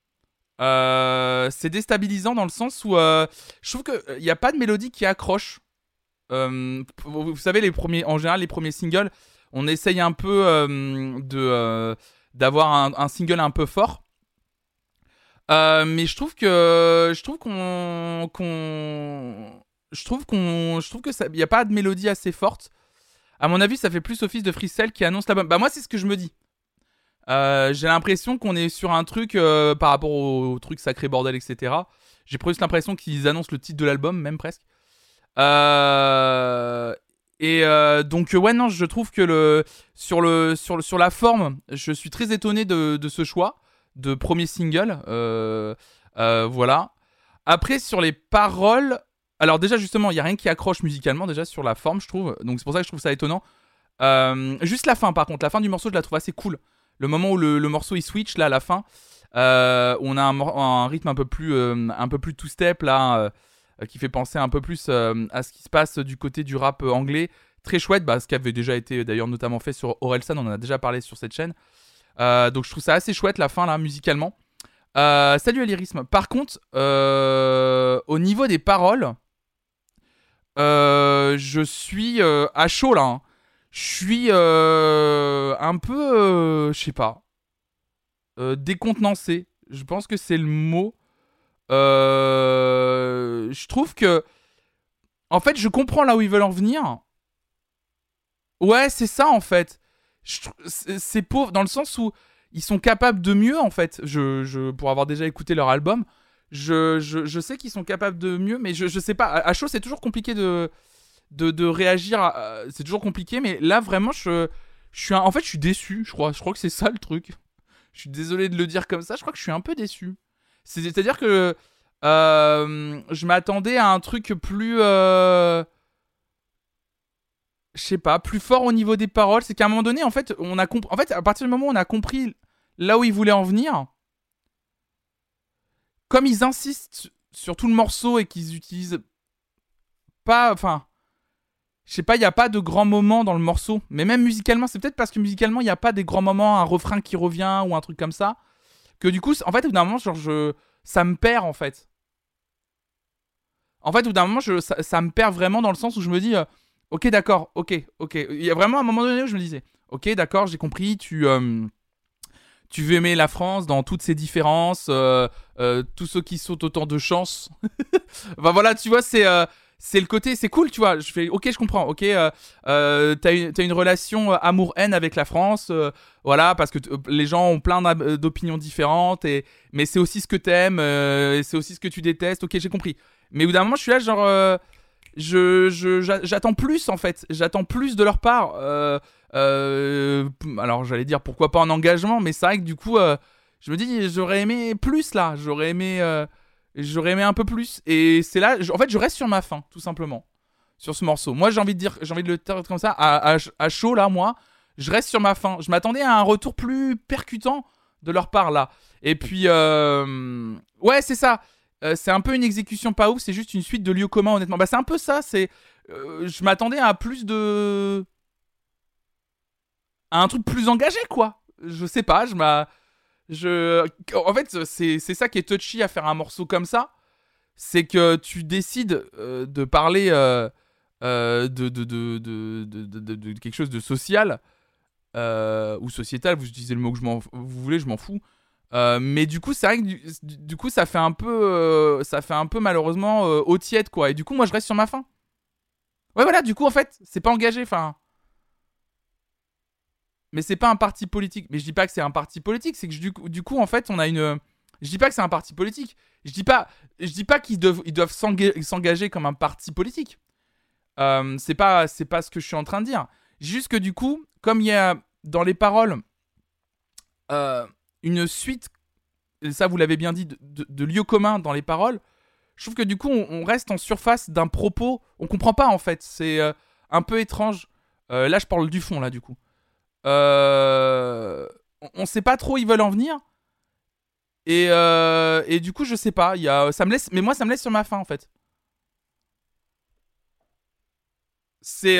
Speaker 1: C'est déstabilisant dans le sens où je trouve qu'il n'y a pas de mélodie qui accroche. Vous savez, en général, les premiers singles, on essaye un peu d'avoir un single un peu fort. Mais je trouve que ça, y a pas de mélodie assez forte. À mon avis, ça fait plus office de freestyle qui annonce l'album. Bah moi, c'est ce que je me dis. J'ai l'impression qu'on est sur un truc par rapport au truc Sacré Bordel, etc. J'ai plus l'impression qu'ils annoncent le titre de l'album, même presque. Donc ouais, non, je trouve que sur la forme, je suis très étonné de ce choix de premier single. Voilà. Après, sur les paroles, alors déjà justement, il y a rien qui accroche musicalement déjà sur la forme, je trouve. Donc c'est pour ça que je trouve ça étonnant. Juste la fin, par contre, la fin du morceau, je la trouve assez cool. Le moment où le morceau il switch là à la fin, on a un rythme un peu plus two-step là. Qui fait penser un peu plus à ce qui se passe du côté du rap anglais. Très chouette, ce qui avait déjà été d'ailleurs notamment fait sur Orelsan, on en a déjà parlé sur cette chaîne. Donc je trouve ça assez chouette la fin là, musicalement. Salut Alirisme. Par contre, au niveau des paroles, je suis à chaud là. Hein. Je suis un peu, je sais pas, décontenancé. Je pense que c'est le mot. Je trouve que en fait je comprends là où ils veulent en venir. Ouais, c'est ça en fait. C'est pauvre dans le sens où ils sont capables de mieux en fait. Pour avoir déjà écouté leur album, je sais qu'ils sont capables de mieux, mais je sais pas. À chaud, c'est toujours compliqué de réagir. C'est toujours compliqué, mais là vraiment, en fait, je suis déçu. Je crois que c'est ça le truc. Je suis désolé de le dire comme ça. Je crois que je suis un peu déçu. C'est-à-dire que je m'attendais à un truc plus... je sais pas, plus fort au niveau des paroles. C'est qu'à un moment donné, en fait, en fait, à partir du moment où on a compris là où ils voulaient en venir, comme ils insistent sur tout le morceau et qu'ils utilisent pas... Enfin, je sais pas, il n'y a pas de grands moments dans le morceau. Mais même musicalement, c'est peut-être parce que musicalement, il n'y a pas des grands moments, un refrain qui revient ou un truc comme ça, que du coup, en fait, au bout d'un moment, ça me perd, en fait. En fait, au bout d'un moment, ça me perd vraiment dans le sens où je me dis, ok, d'accord, ok. Il y a vraiment un moment donné où je me disais, ok, d'accord, j'ai compris, tu veux aimer la France dans toutes ses différences, tous ceux qui sautent autant de chance. Enfin voilà, tu vois, c'est le côté, c'est cool, tu vois. Je fais, ok, je comprends, ok, t'as une relation amour-haine avec la France, voilà, parce que les gens ont plein d'opinions différentes, mais c'est aussi ce que t'aimes, c'est aussi ce que tu détestes, ok, j'ai compris. Mais au bout d'un moment, je suis là, genre, j'attends plus, en fait. J'attends plus de leur part. Alors, j'allais dire, pourquoi pas un engagement, mais c'est vrai que du coup, je me dis, j'aurais aimé plus, là. J'aurais aimé un peu plus. Et c'est là, en fait, je reste sur ma faim, tout simplement. Sur ce morceau. Moi, j'ai envie de le dire comme ça, à chaud, là, moi, je reste sur ma faim. Je m'attendais à un retour plus percutant de leur part, là. Et puis, ouais, c'est ça. C'est un peu une exécution pas ouf, c'est juste une suite de lieux communs, honnêtement. C'est un peu ça, je m'attendais à plus de... à un truc plus engagé, quoi. Je sais pas, en fait, c'est ça qui est touchy à faire un morceau comme ça. C'est que tu décides de parler de quelque chose de social ou sociétal, vous utilisez le mot que vous voulez, je m'en fous. Mais du coup, c'est vrai que du coup, ça fait un peu malheureusement au tiède, quoi. Et du coup, moi, je reste sur ma faim. Ouais, voilà, du coup, en fait, c'est pas engagé, enfin... Mais c'est pas un parti politique. Mais je dis pas que c'est un parti politique, c'est que du coup, en fait, on a une... Je dis pas que c'est un parti politique. Je dis pas qu'ils doivent s'engager comme un parti politique. C'est pas ce que je suis en train de dire. Juste que du coup, comme il y a dans les paroles une suite, et ça vous l'avez bien dit, de lieux communs dans les paroles, je trouve que du coup, on reste en surface d'un propos. On comprend pas en fait. C'est un peu étrange. Là, je parle du fond, là, du coup. On sait pas trop où ils veulent en venir. Et du coup, je sais pas. Mais moi, ça me laisse sur ma faim en fait. C'est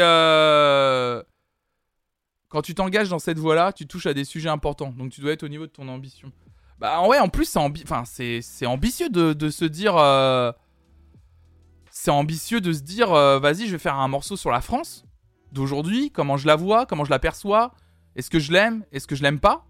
Speaker 1: quand tu t'engages dans cette voie-là, tu touches à des sujets importants. Donc tu dois être au niveau de ton ambition. Bah ouais, en plus c'est ambitieux de se dire. C'est ambitieux de se dire, vas-y, je vais faire un morceau sur la France d'aujourd'hui. Comment je la vois, comment je la perçois. Est-ce que je l'aime, est-ce que je l'aime pas.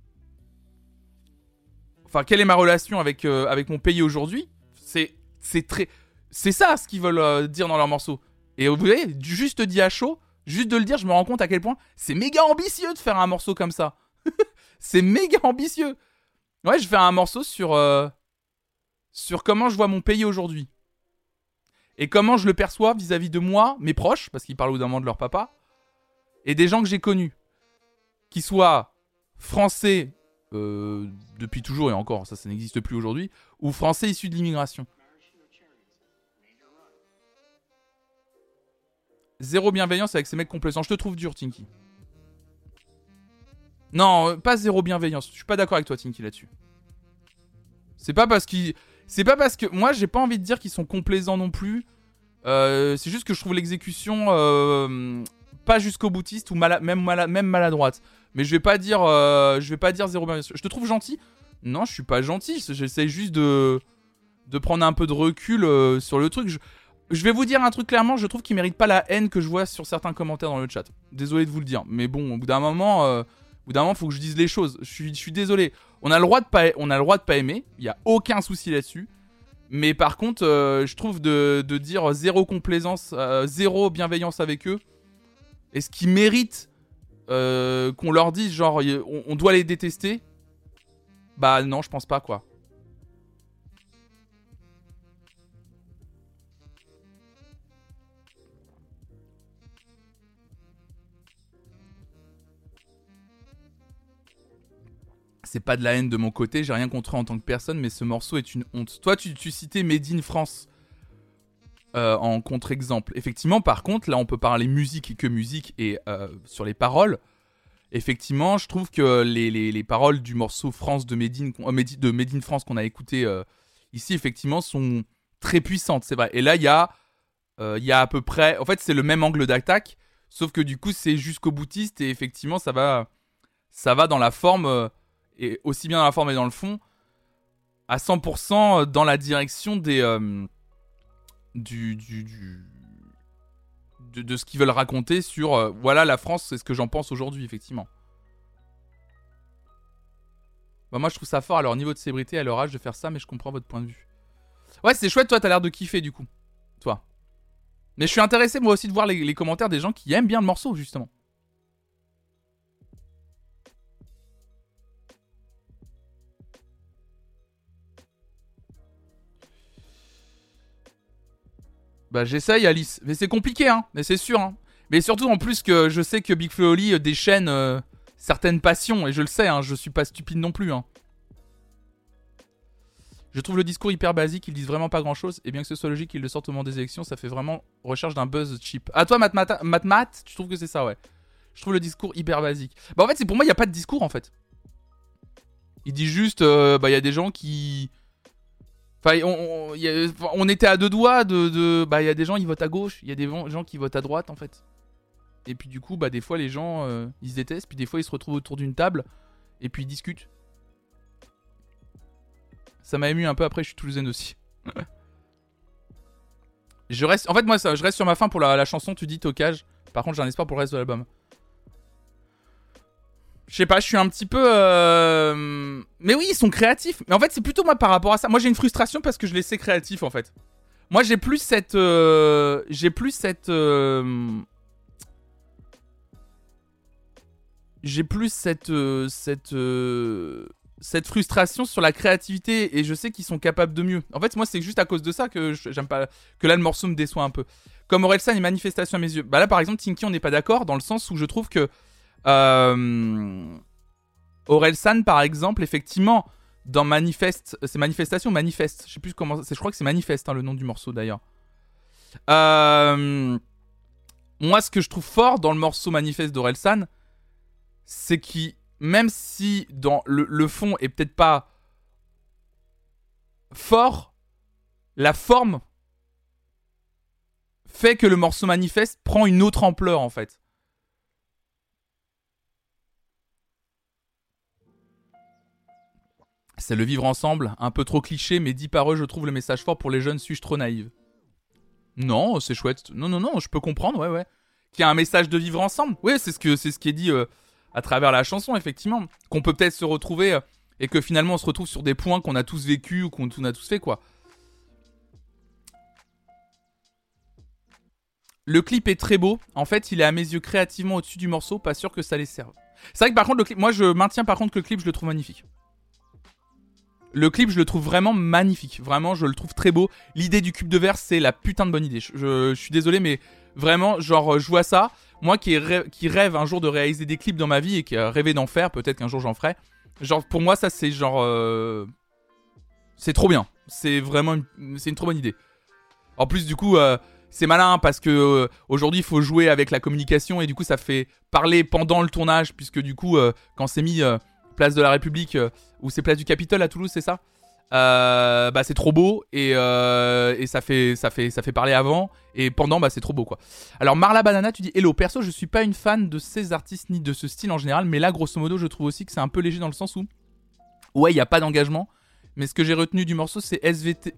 Speaker 1: Enfin, quelle est ma relation avec mon pays aujourd'hui. C'est ça ce qu'ils veulent dire dans leur morceau. Et vous voyez, juste dit à chaud, juste de le dire, je me rends compte à quel point c'est méga ambitieux de faire un morceau comme ça. C'est méga ambitieux. Ouais, je fais un morceau sur comment je vois mon pays aujourd'hui. Et comment je le perçois vis-à-vis de moi, mes proches, parce qu'ils parlent au bout d'un moment de leur papa, et des gens que j'ai connus. Qui soient français depuis toujours, et encore, ça n'existe plus aujourd'hui, ou français issus de l'immigration. Zéro bienveillance avec ces mecs complaisants. Je te trouve dur, Tinky. Non, pas zéro bienveillance. Je suis pas d'accord avec toi, Tinky, là-dessus. C'est pas parce que... Moi, j'ai pas envie de dire qu'ils sont complaisants non plus. C'est juste que je trouve l'exécution pas jusqu'au boutiste ou même maladroite. Mais je vais pas dire zéro bienveillance. Je te trouve gentil. Non, je suis pas gentil. J'essaie juste de prendre un peu de recul sur le truc. Je vais vous dire un truc clairement, je trouve qu'il mérite pas la haine que je vois sur certains commentaires dans le chat. Désolé de vous le dire, mais bon, au bout d'un moment, faut que je dise les choses. Je suis désolé. On a le droit de pas aimer, il y a aucun souci là-dessus. Mais par contre, je trouve de dire zéro complaisance, zéro bienveillance avec eux, est-ce qu'ils méritent qu'on leur dise genre on doit les détester? Bah non, je pense pas quoi. C'est pas de la haine de mon côté, j'ai rien contre eux en tant que personne, mais ce morceau est une honte. Toi, tu citais Made in France en contre-exemple. Effectivement, par contre, là, on peut parler musique et que musique, et sur les paroles, effectivement, je trouve que les paroles du morceau France de Made in France qu'on a écouté ici, effectivement, sont très puissantes, c'est vrai. Et là, il y a à peu près... En fait, c'est le même angle d'attaque, sauf que du coup, c'est jusqu'au boutiste, et effectivement, ça va dans la forme... et aussi bien dans la forme et dans le fond, à 100% dans la direction des de ce qu'ils veulent raconter sur voilà la France, c'est ce que j'en pense aujourd'hui effectivement. Bah moi je trouve ça fort à leur niveau de célébrité, à leur âge de faire ça, mais je comprends votre point de vue. Ouais, c'est chouette, toi t'as l'air de kiffer du coup, toi. Mais je suis intéressé moi aussi de voir les commentaires des gens qui aiment bien le morceau justement. Bah j'essaye Alice, mais c'est compliqué hein, mais c'est sûr hein. Mais surtout en plus que je sais que Big Flo et Oli déchaînent certaines passions, et je le sais hein, je suis pas stupide non plus hein. Je trouve le discours hyper basique, ils disent vraiment pas grand chose, et bien que ce soit logique qu'ils le sortent au moment des élections, ça fait vraiment recherche d'un buzz cheap. Ah toi Matt, tu trouves que c'est ça ouais. Je trouve le discours hyper basique. Bah en fait c'est pour moi il y a pas de discours en fait. Il dit juste bah il y a des gens qui... Enfin, on était à deux doigts bah, il y a des gens qui votent à gauche, il y a des gens qui votent à droite en fait. Et puis du coup, bah des fois les gens ils se détestent, puis des fois ils se retrouvent autour d'une table et puis ils discutent. Ça m'a ému un peu, après je suis toulousaine aussi. Je reste sur ma faim pour la chanson Tu dis Tocage. Par contre, j'ai un espoir pour le reste de l'album. Je sais pas, je suis un petit peu... Mais oui, ils sont créatifs. Mais en fait, c'est plutôt moi par rapport à ça. Moi, j'ai une frustration parce que je les sais créatifs, en fait. Moi, j'ai plus cette frustration sur la créativité, et je sais qu'ils sont capables de mieux. En fait, moi, c'est juste à cause de ça que j'aime pas, que là, le morceau me déçoit un peu. Comme Orelsan et Manifestation à mes yeux. Bah là, par exemple, Tinky, on n'est pas d'accord, dans le sens où je trouve que Orelsan, par exemple, effectivement, dans Manifeste, c'est Manifestation ou Manifeste, je sais plus comment, je crois que c'est Manifeste, hein, le nom du morceau d'ailleurs. Moi, ce que je trouve fort dans le morceau Manifeste d'Orelsan, c'est qu'il, même si dans le fond est peut-être pas fort, la forme fait que le morceau Manifeste prend une autre ampleur, en fait. C'est le vivre ensemble, un peu trop cliché, mais dit par eux, je trouve le message fort pour les jeunes, suis-je trop naïve? Non, c'est chouette. Non, je peux comprendre, ouais. Qu'il y a un message de vivre ensemble. Oui, c'est ce qui est dit à travers la chanson, effectivement. Qu'on peut peut-être se retrouver et que finalement on se retrouve sur des points qu'on a tous vécu ou qu'on a tous fait, quoi. Le clip est très beau. En fait, il est à mes yeux créativement au-dessus du morceau. Pas sûr que ça les serve. C'est vrai que par contre, le clip, moi je maintiens par contre que le clip, je le trouve magnifique. Le clip, je le trouve vraiment magnifique. Vraiment, je le trouve très beau. L'idée du cube de verre, c'est la putain de bonne idée. Je suis désolé, mais vraiment, genre, je vois ça. Moi qui rêve un jour de réaliser des clips dans ma vie et qui a rêvé d'en faire, peut-être qu'un jour j'en ferai. Genre, pour moi, ça, c'est genre... c'est trop bien. C'est vraiment c'est une trop bonne idée. En plus, du coup, c'est malin parce que aujourd'hui, il faut jouer avec la communication et du coup, ça fait parler pendant le tournage, puisque du coup, quand c'est mis... Place de la République ou c'est Place du Capitole à Toulouse, c'est ça, bah c'est trop beau et ça fait parler avant et pendant, bah c'est trop beau, quoi. Alors Marla Banana, tu dis hello, perso je suis pas une fan de ces artistes ni de ce style en général, mais là grosso modo je trouve aussi que c'est un peu léger dans le sens où ouais, il y a pas d'engagement, mais ce que j'ai retenu du morceau c'est SVT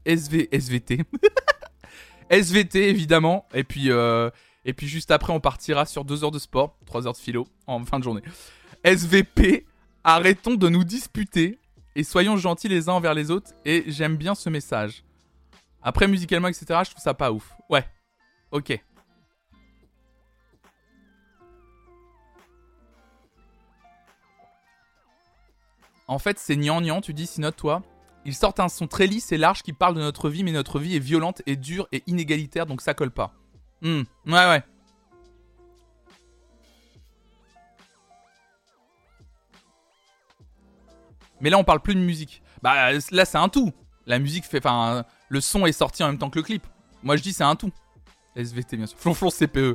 Speaker 1: SVT évidemment, et puis juste après on partira sur 2 heures de sport, 3 heures de philo en fin de journée. SVP, arrêtons de nous disputer et soyons gentils les uns envers les autres, et j'aime bien ce message. Après, musicalement, etc., je trouve ça pas ouf. Ouais, ok. En fait, c'est gnangnan, tu dis, Sinote, toi. Ils sortent un son très lisse et large qui parle de notre vie, mais notre vie est violente et dure et inégalitaire, donc ça colle pas. Ouais. Mais là, on parle plus de musique. Bah, là, c'est un tout. La musique fait... Enfin, le son est sorti en même temps que le clip. Moi, je dis c'est un tout. SVT, bien sûr. Flonflon CPE.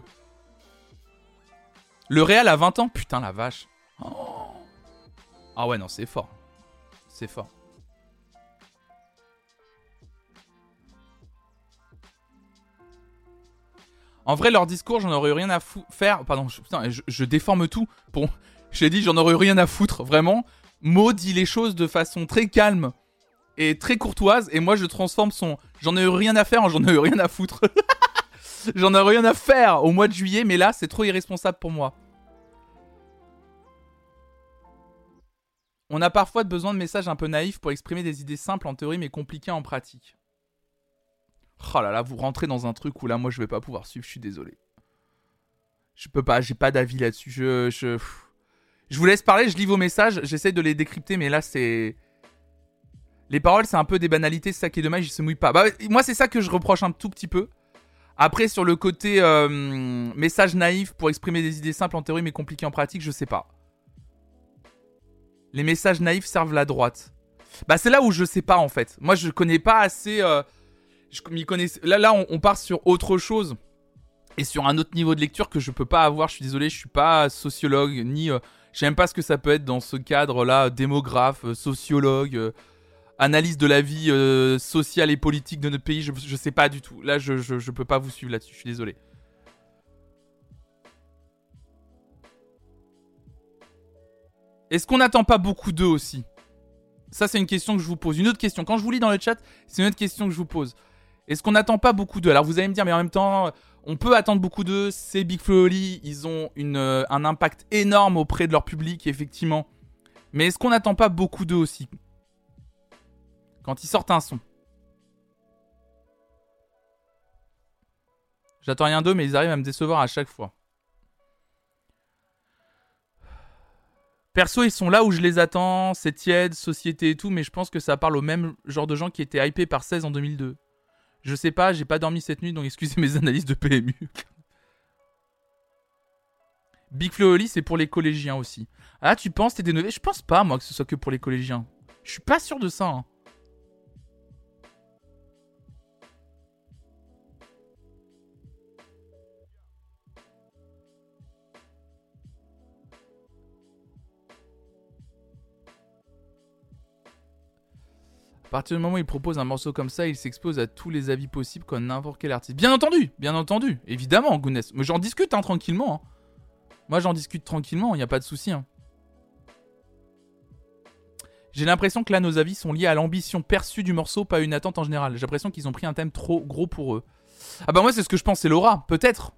Speaker 1: Le Real a 20 ans. Putain, la vache. Oh. Ah ouais, non, c'est fort. C'est fort. En vrai, leur discours, j'en aurais eu rien à faire. Pardon, je déforme tout. Bon, j'ai dit j'en aurais eu rien à foutre. Vraiment. Mo dit les choses de façon très calme et très courtoise, et moi je transforme son j'en ai eu rien à faire en j'en ai eu rien à foutre. J'en ai rien à faire au mois de juillet, mais là c'est trop irresponsable pour moi. On a parfois besoin de messages un peu naïfs pour exprimer des idées simples en théorie mais compliquées en pratique. Oh là là, vous rentrez dans un truc où là moi je vais pas pouvoir suivre, je suis désolé. Je peux pas, j'ai pas d'avis là-dessus. Je vous laisse parler, je lis vos messages, j'essaie de les décrypter, mais là c'est... Les paroles, c'est un peu des banalités, c'est ça qui est dommage, ils se mouillent pas. Bah, moi, c'est ça que je reproche un tout petit peu. Après, sur le côté message naïf pour exprimer des idées simples en théorie mais compliquées en pratique, je sais pas. Les messages naïfs servent la droite. Bah, c'est là où je sais pas, en fait. Moi, je connais pas assez... je m'y connais... Là on part sur autre chose. Et sur un autre niveau de lecture que je peux pas avoir, je suis désolé, je suis pas sociologue, ni... je sais même pas ce que ça peut être dans ce cadre-là, démographe, sociologue, analyse de la vie sociale et politique de notre pays, je sais pas du tout. Là, je peux pas vous suivre là-dessus, je suis désolé. Est-ce qu'on n'attend pas beaucoup d'eux aussi? Ça, c'est une question que je vous pose. Une autre question, quand je vous lis dans le chat, c'est une autre question que je vous pose. Est-ce qu'on n'attend pas beaucoup d'eux? Alors vous allez me dire, mais en même temps... On peut attendre beaucoup d'eux, c'est Big Flo et Oli, ils ont un impact énorme auprès de leur public, effectivement. Mais est-ce qu'on n'attend pas beaucoup d'eux aussi? Quand ils sortent un son. J'attends rien d'eux, mais ils arrivent à me décevoir à chaque fois. Perso, ils sont là où je les attends, c'est tiède, société et tout, mais je pense que ça parle au même genre de gens qui étaient hypés par 16 en 2002. Je sais pas, j'ai pas dormi cette nuit, donc excusez mes analyses de PMU. Big Flo et Oli, c'est pour les collégiens aussi. Ah, tu penses, t'es dénové? Je pense pas, moi, que ce soit que pour les collégiens. Je suis pas sûr de ça, hein. À partir du moment où il propose un morceau comme ça, il s'expose à tous les avis possibles comme n'importe quel artiste. Bien entendu, évidemment, Gounès. Mais j'en discute hein, tranquillement. Hein. Moi, j'en discute tranquillement, il n'y a pas de souci. Hein. J'ai l'impression que là, nos avis sont liés à l'ambition perçue du morceau, pas à une attente en général. J'ai l'impression qu'ils ont pris un thème trop gros pour eux. Ah bah moi, c'est ce que je pense, c'est l'aura, peut-être.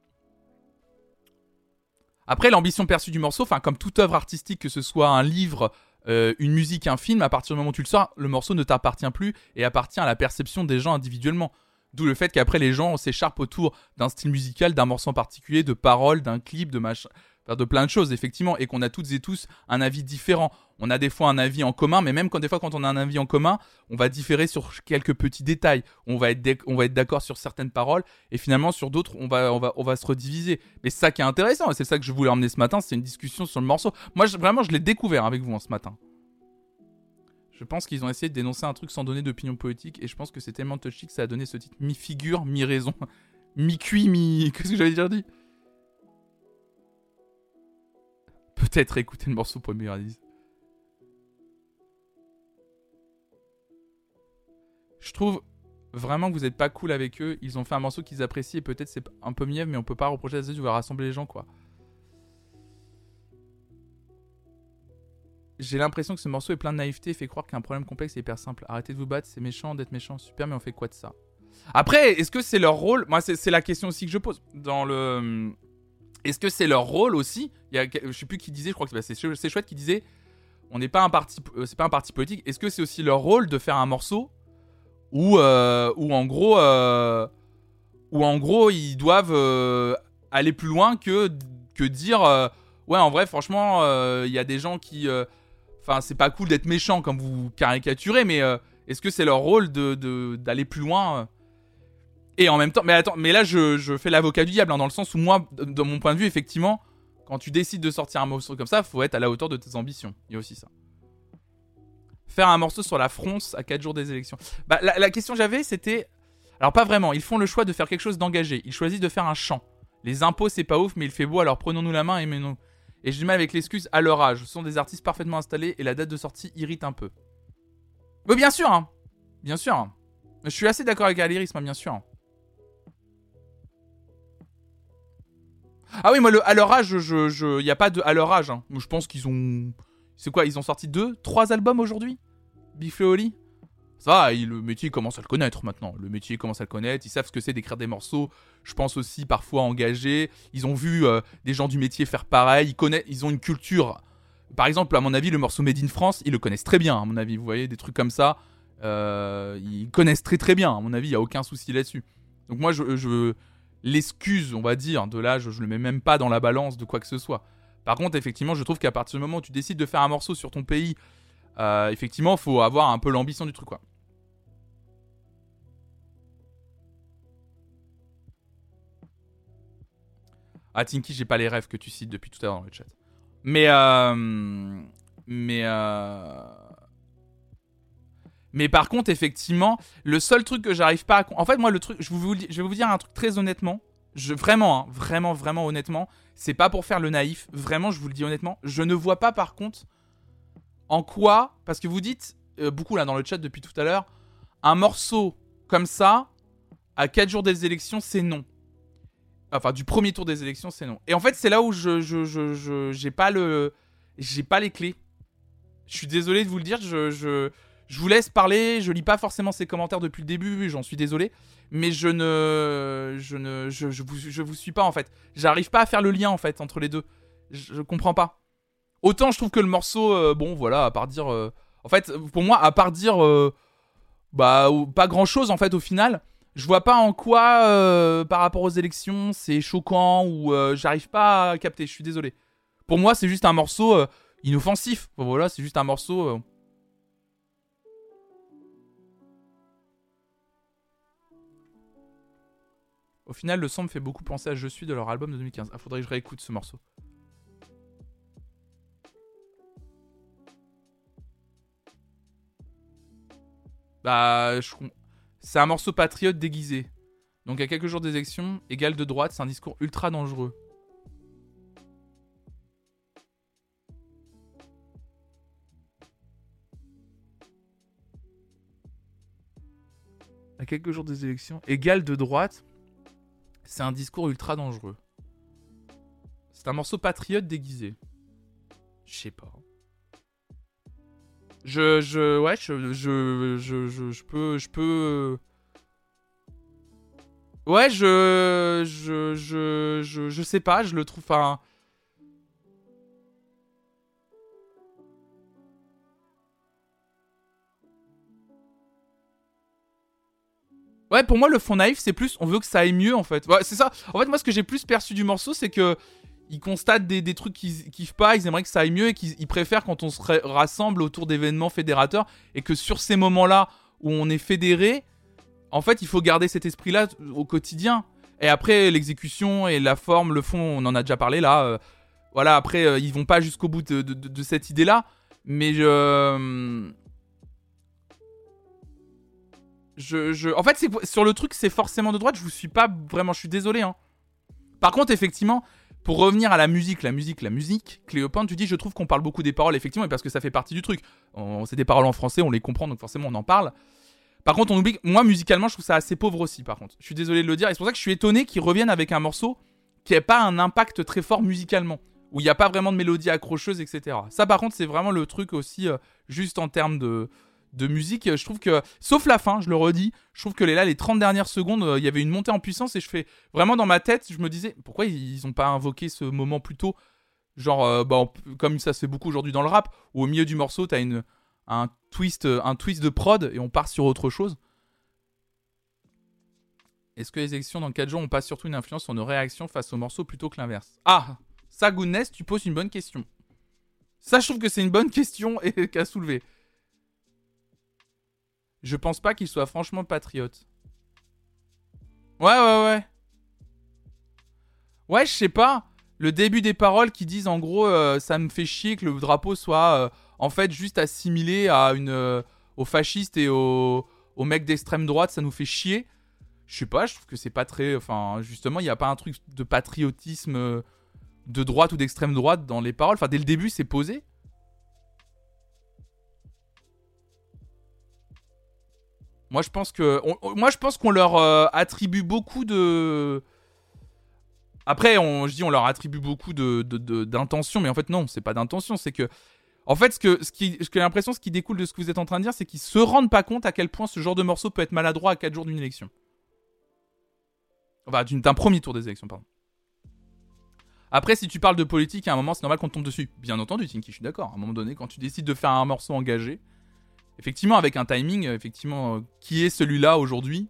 Speaker 1: Après, l'ambition perçue du morceau, enfin, comme toute œuvre artistique, que ce soit un livre... une musique, un film, à partir du moment où tu le sors, le morceau ne t'appartient plus et appartient à la perception des gens individuellement. D'où le fait qu'après les gens s'écharpent autour d'un style musical, d'un morceau en particulier, de paroles, d'un clip, de machin, enfin, de plein de choses effectivement, et qu'on a toutes et tous un avis différent. On a des fois un avis en commun, mais même des fois quand on a un avis en commun, on va différer sur quelques petits détails. On va être d'accord sur certaines paroles, et finalement sur d'autres, on va se rediviser. Mais c'est ça qui est intéressant, et c'est ça que je voulais emmener ce matin, c'est une discussion sur le morceau. Moi, vraiment, je l'ai découvert avec vous ce matin. Je pense qu'ils ont essayé de dénoncer un truc sans donner d'opinion politique, et je pense que c'est tellement touchy que ça a donné ce titre mi-figure, mi-raison, mi-cuit, mi... Qu'est-ce que j'avais déjà dit? Peut-être écouter le morceau pour une meilleure analyse. Je trouve vraiment que vous êtes pas cool avec eux. Ils ont fait un morceau qu'ils apprécient et peut-être c'est un peu mièvre, mais on peut pas reprocher à ça de vouloir rassembler les gens, quoi. J'ai l'impression que ce morceau est plein de naïveté et fait croire qu'un problème complexe est hyper simple. Arrêtez de vous battre, c'est méchant d'être méchant, super, mais on fait quoi de ça? Après, est-ce que c'est leur rôle? Moi, c'est la question aussi que je pose. Est-ce que c'est leur rôle aussi? Je sais plus qui disait, je crois que c'est Chouette qui disait, on n'est pas un parti, c'est pas un parti politique. Est-ce que c'est aussi leur rôle de faire un morceau où en gros ils doivent aller plus loin que dire ouais, en vrai, franchement, il y a des gens qui enfin, c'est pas cool d'être méchant comme vous caricaturez, mais est-ce que c'est leur rôle d'aller plus loin Et en même temps, mais attends, mais là je fais l'avocat du diable, hein, dans le sens où moi, de mon point de vue, effectivement, quand tu décides de sortir un morceau comme ça, faut être à la hauteur de tes ambitions. Il y a aussi ça. Faire un morceau sur la fronce à 4 jours des élections. Bah, la question que j'avais, c'était... Alors pas vraiment, ils font le choix de faire quelque chose d'engagé. Ils choisissent de faire un chant. Les impôts, c'est pas ouf, mais il fait beau, alors prenons-nous la main et aimons-nous. Et j'ai du mal avec l'excuse à leur âge. Ce sont des artistes parfaitement installés et la date de sortie irrite un peu. Oui, bien sûr, hein. Bien sûr. Hein. Je suis assez d'accord avec Alérisme, hein, bien sûr. Ah oui, moi, à leur âge, y a pas de... À leur âge, hein. Je pense qu'ils ont... C'est quoi, ils ont sorti 3 albums aujourd'hui? Big Flo et Oli? Ça va, le métier commence à le connaître maintenant. Le métier commence à le connaître. Ils savent ce que c'est d'écrire des morceaux. Je pense aussi parfois engagés. Ils ont vu des gens du métier faire pareil. Ils ont une culture. Par exemple, à mon avis, le morceau Made in France, ils le connaissent très bien, à mon avis. Vous voyez, des trucs comme ça. Ils connaissent très très bien. À mon avis, il n'y a aucun souci là-dessus. Donc moi, l'excuse, on va dire, de là, je le mets même pas dans la balance de quoi que ce soit. Par contre, effectivement, je trouve qu'à partir du moment où tu décides de faire un morceau sur ton pays, effectivement, il faut avoir un peu l'ambition du truc, quoi. Ah, Tinky, j'ai pas les rêves que tu cites depuis tout à l'heure dans le chat. Mais par contre, effectivement, le seul truc que j'arrive pas à... En fait, moi, le truc... Je vais vous dire un truc très honnêtement. Vraiment, vraiment honnêtement, c'est pas pour faire le naïf. Vraiment, je vous le dis honnêtement. Je ne vois pas, par contre, en quoi... Parce que vous dites, beaucoup là dans le chat depuis tout à l'heure, un morceau comme ça, à 4 jours des élections, c'est non. Enfin, du premier tour des élections, c'est non. Et en fait, c'est là où j'ai pas les clés. Je suis désolé de vous le dire, je vous laisse parler, je lis pas forcément ces commentaires depuis le début, j'en suis désolé. Mais je vous suis pas, en fait. J'arrive pas à faire le lien, en fait, entre les deux. Je comprends pas. Autant je trouve que le morceau, bon, voilà, à part dire... en fait, pour moi, à part dire... pas grand-chose, en fait, au final... Je vois pas en quoi, par rapport aux élections, c'est choquant ou j'arrive pas à capter. Je suis désolé. Pour moi, c'est juste un morceau inoffensif. Bon, voilà, c'est juste un morceau. Au final, le son me fait beaucoup penser à Je suis de leur album de 2015. Ah, faudrait que je réécoute ce morceau. Bah, c'est un morceau patriote déguisé. Donc, à quelques jours des élections, égal de droite, c'est un discours ultra dangereux. À quelques jours des élections, égal de droite, c'est un discours ultra dangereux. C'est un morceau patriote déguisé. Je sais pas. Ouais, je peux. Ouais, je sais pas, je le trouve. Enfin. Ouais, pour moi, le fond naïf, c'est plus, on veut que ça aille mieux, en fait. Ouais, c'est ça. En fait, moi, ce que j'ai plus perçu du morceau, c'est que ils constatent des trucs qu'ils kiffent pas, ils aimeraient que ça aille mieux et qu'ils préfèrent quand on se rassemble autour d'événements fédérateurs et que sur ces moments-là où on est fédéré, en fait, il faut garder cet esprit-là au quotidien. Et après, l'exécution et la forme, le fond, on en a déjà parlé là. Voilà, après, ils vont pas jusqu'au bout de cette idée-là. Mais en fait, sur le truc, c'est forcément de droite. Je vous suis pas vraiment, je suis désolé. Hein. Par contre, effectivement, pour revenir à la musique, Cléopâtre, tu dis, je trouve qu'on parle beaucoup des paroles, effectivement, parce que ça fait partie du truc. C'est des paroles en français, on les comprend, donc forcément, on en parle. Par contre, on oublie que moi, musicalement, je trouve ça assez pauvre aussi, par contre. Je suis désolé de le dire, et c'est pour ça que je suis étonné qu'ils reviennent avec un morceau qui n'ait pas un impact très fort musicalement, où il n'y a pas vraiment de mélodie accrocheuse, etc. Ça, par contre, c'est vraiment le truc aussi, juste en termes de musique, je trouve que, sauf la fin, je le redis, je trouve que les 30 dernières secondes, il y avait une montée en puissance et je fais, vraiment dans ma tête, je me disais, pourquoi ils ont pas invoqué ce moment plus tôt, genre, comme ça se fait beaucoup aujourd'hui dans le rap, où au milieu du morceau, t'as un twist de prod et on part sur autre chose. Est-ce que les élections dans 4 jours ont pas surtout une influence sur nos réactions face au morceau plutôt que l'inverse? Ah, ça, Goodness, tu poses une bonne question. Ça, je trouve que c'est une bonne question et qu'à soulever. Je pense pas qu'il soit franchement patriote. Ouais. Ouais, je sais pas. Le début des paroles qui disent en gros, ça me fait chier que le drapeau soit en fait juste assimilé à aux fascistes et aux mecs d'extrême droite, ça nous fait chier. Je sais pas, je trouve que c'est pas très. Enfin, justement, il n'y a pas un truc de patriotisme de droite ou d'extrême droite dans les paroles. Enfin, dès le début, c'est posé. Moi, je pense qu'on leur attribue beaucoup de. Après, on leur attribue beaucoup d'intention, mais en fait, non, c'est pas d'intention. C'est que. En fait, ce que j'ai l'impression, ce qui découle de ce que vous êtes en train de dire, c'est qu'ils se rendent pas compte à quel point ce genre de morceau peut être maladroit à 4 jours d'une élection. Enfin, d'un premier tour des élections, pardon. Après, si tu parles de politique, à un moment, c'est normal qu'on tombe dessus. Bien entendu, Tinky, je suis d'accord. À un moment donné, quand tu décides de faire un morceau engagé, effectivement, avec un timing, qui est celui-là aujourd'hui.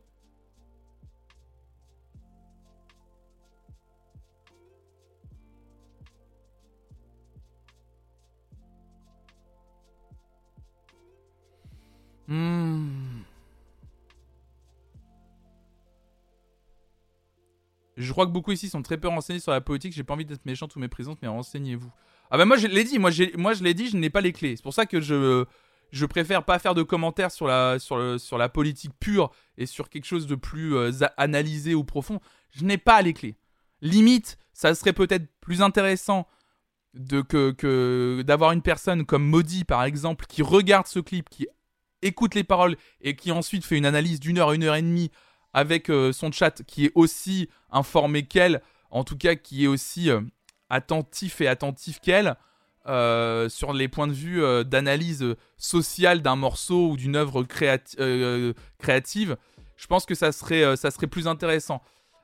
Speaker 1: Je crois que beaucoup ici sont très peu renseignés sur la politique. J'ai pas envie d'être méchante ou méprisante, mais renseignez-vous. Ah bah moi je l'ai dit, moi je l'ai dit, je n'ai pas les clés. C'est pour ça que je préfère pas faire de commentaires sur la politique pure et sur quelque chose de plus analysé ou profond. Je n'ai pas les clés. Limite, ça serait peut-être plus intéressant d'avoir une personne comme Maudit par exemple qui regarde ce clip, qui écoute les paroles et qui ensuite fait une analyse d'1 heure, 1 heure et demie avec son chat qui est aussi informé qu'elle, en tout cas qui est aussi attentif qu'elle sur les points de vue d'analyse sociale d'un morceau ou d'une œuvre créative. Je pense que ça serait plus intéressant.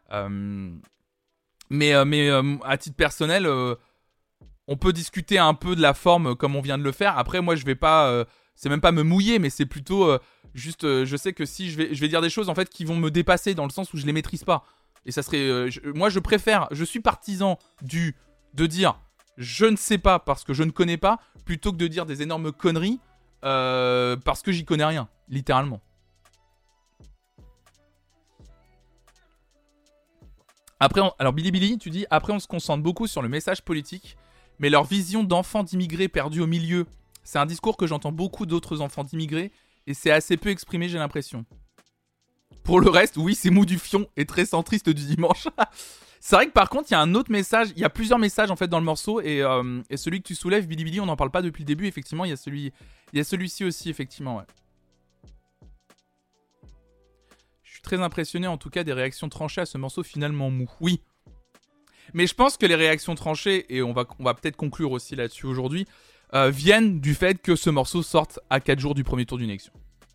Speaker 1: Mais à titre personnel, on peut discuter un peu de la forme comme on vient de le faire. Après, moi, je vais pas c'est même pas me mouiller, mais c'est plutôt juste, je sais que si je vais dire des choses en fait qui vont me dépasser dans le sens où je les maîtrise pas. Et ça serait, moi je préfère, je suis partisan de dire je ne sais pas parce que je ne connais pas, plutôt que de dire des énormes conneries parce que j'y connais rien, littéralement. Après, alors Billy, tu dis, après on se concentre beaucoup sur le message politique, mais leur vision d'enfants d'immigrés perdus au milieu, c'est un discours que j'entends beaucoup d'autres enfants d'immigrés, et c'est assez peu exprimé, j'ai l'impression. Pour le reste, oui, c'est mou du fion et très centriste du dimanche. C'est vrai que par contre, il y a un autre message, il y a plusieurs messages en fait dans le morceau, et celui que tu soulèves, Billy, on n'en parle pas depuis le début, effectivement, il y a celui-ci aussi, effectivement, ouais. Je suis très impressionné en tout cas des réactions tranchées à ce morceau finalement mou. Oui. Mais je pense que les réactions tranchées, et on va peut-être conclure aussi là-dessus aujourd'hui, viennent du fait que ce morceau sorte à 4 jours du premier tour d'une élection.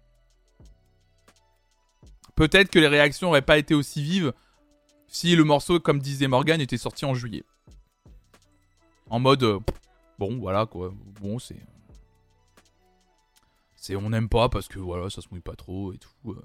Speaker 1: Peut-être que les réactions n'auraient pas été aussi vives si le morceau, comme disait Morgan, était sorti en juillet. En mode, bon, voilà quoi, bon, c'est on n'aime pas parce que voilà, ça se mouille pas trop et tout.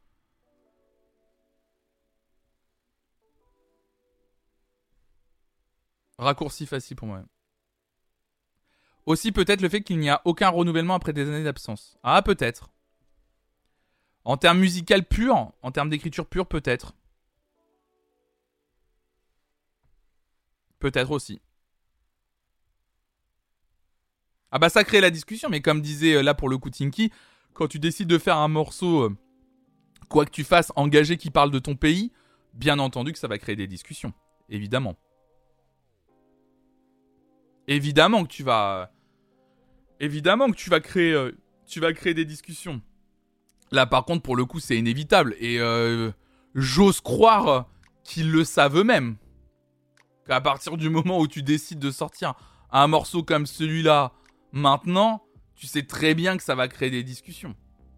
Speaker 1: Raccourci facile pour moi. Aussi peut-être le fait qu'il n'y a aucun renouvellement après des années d'absence. Ah, peut-être. En termes musical pur, en termes d'écriture pure, peut-être. Peut-être aussi. Ah bah ça crée la discussion, mais comme disait là pour le coup Tinky, quand tu décides de faire un morceau, quoi que tu fasses, engagé qui parle de ton pays, bien entendu que ça va créer des discussions. Évidemment. Évidemment que tu vas créer des discussions. Là, par contre, pour le coup, c'est inévitable. Et j'ose croire qu'ils le savent eux-mêmes. Qu'à partir du moment où tu décides de sortir un morceau comme celui-là, maintenant, tu sais très bien que ça va créer des discussions.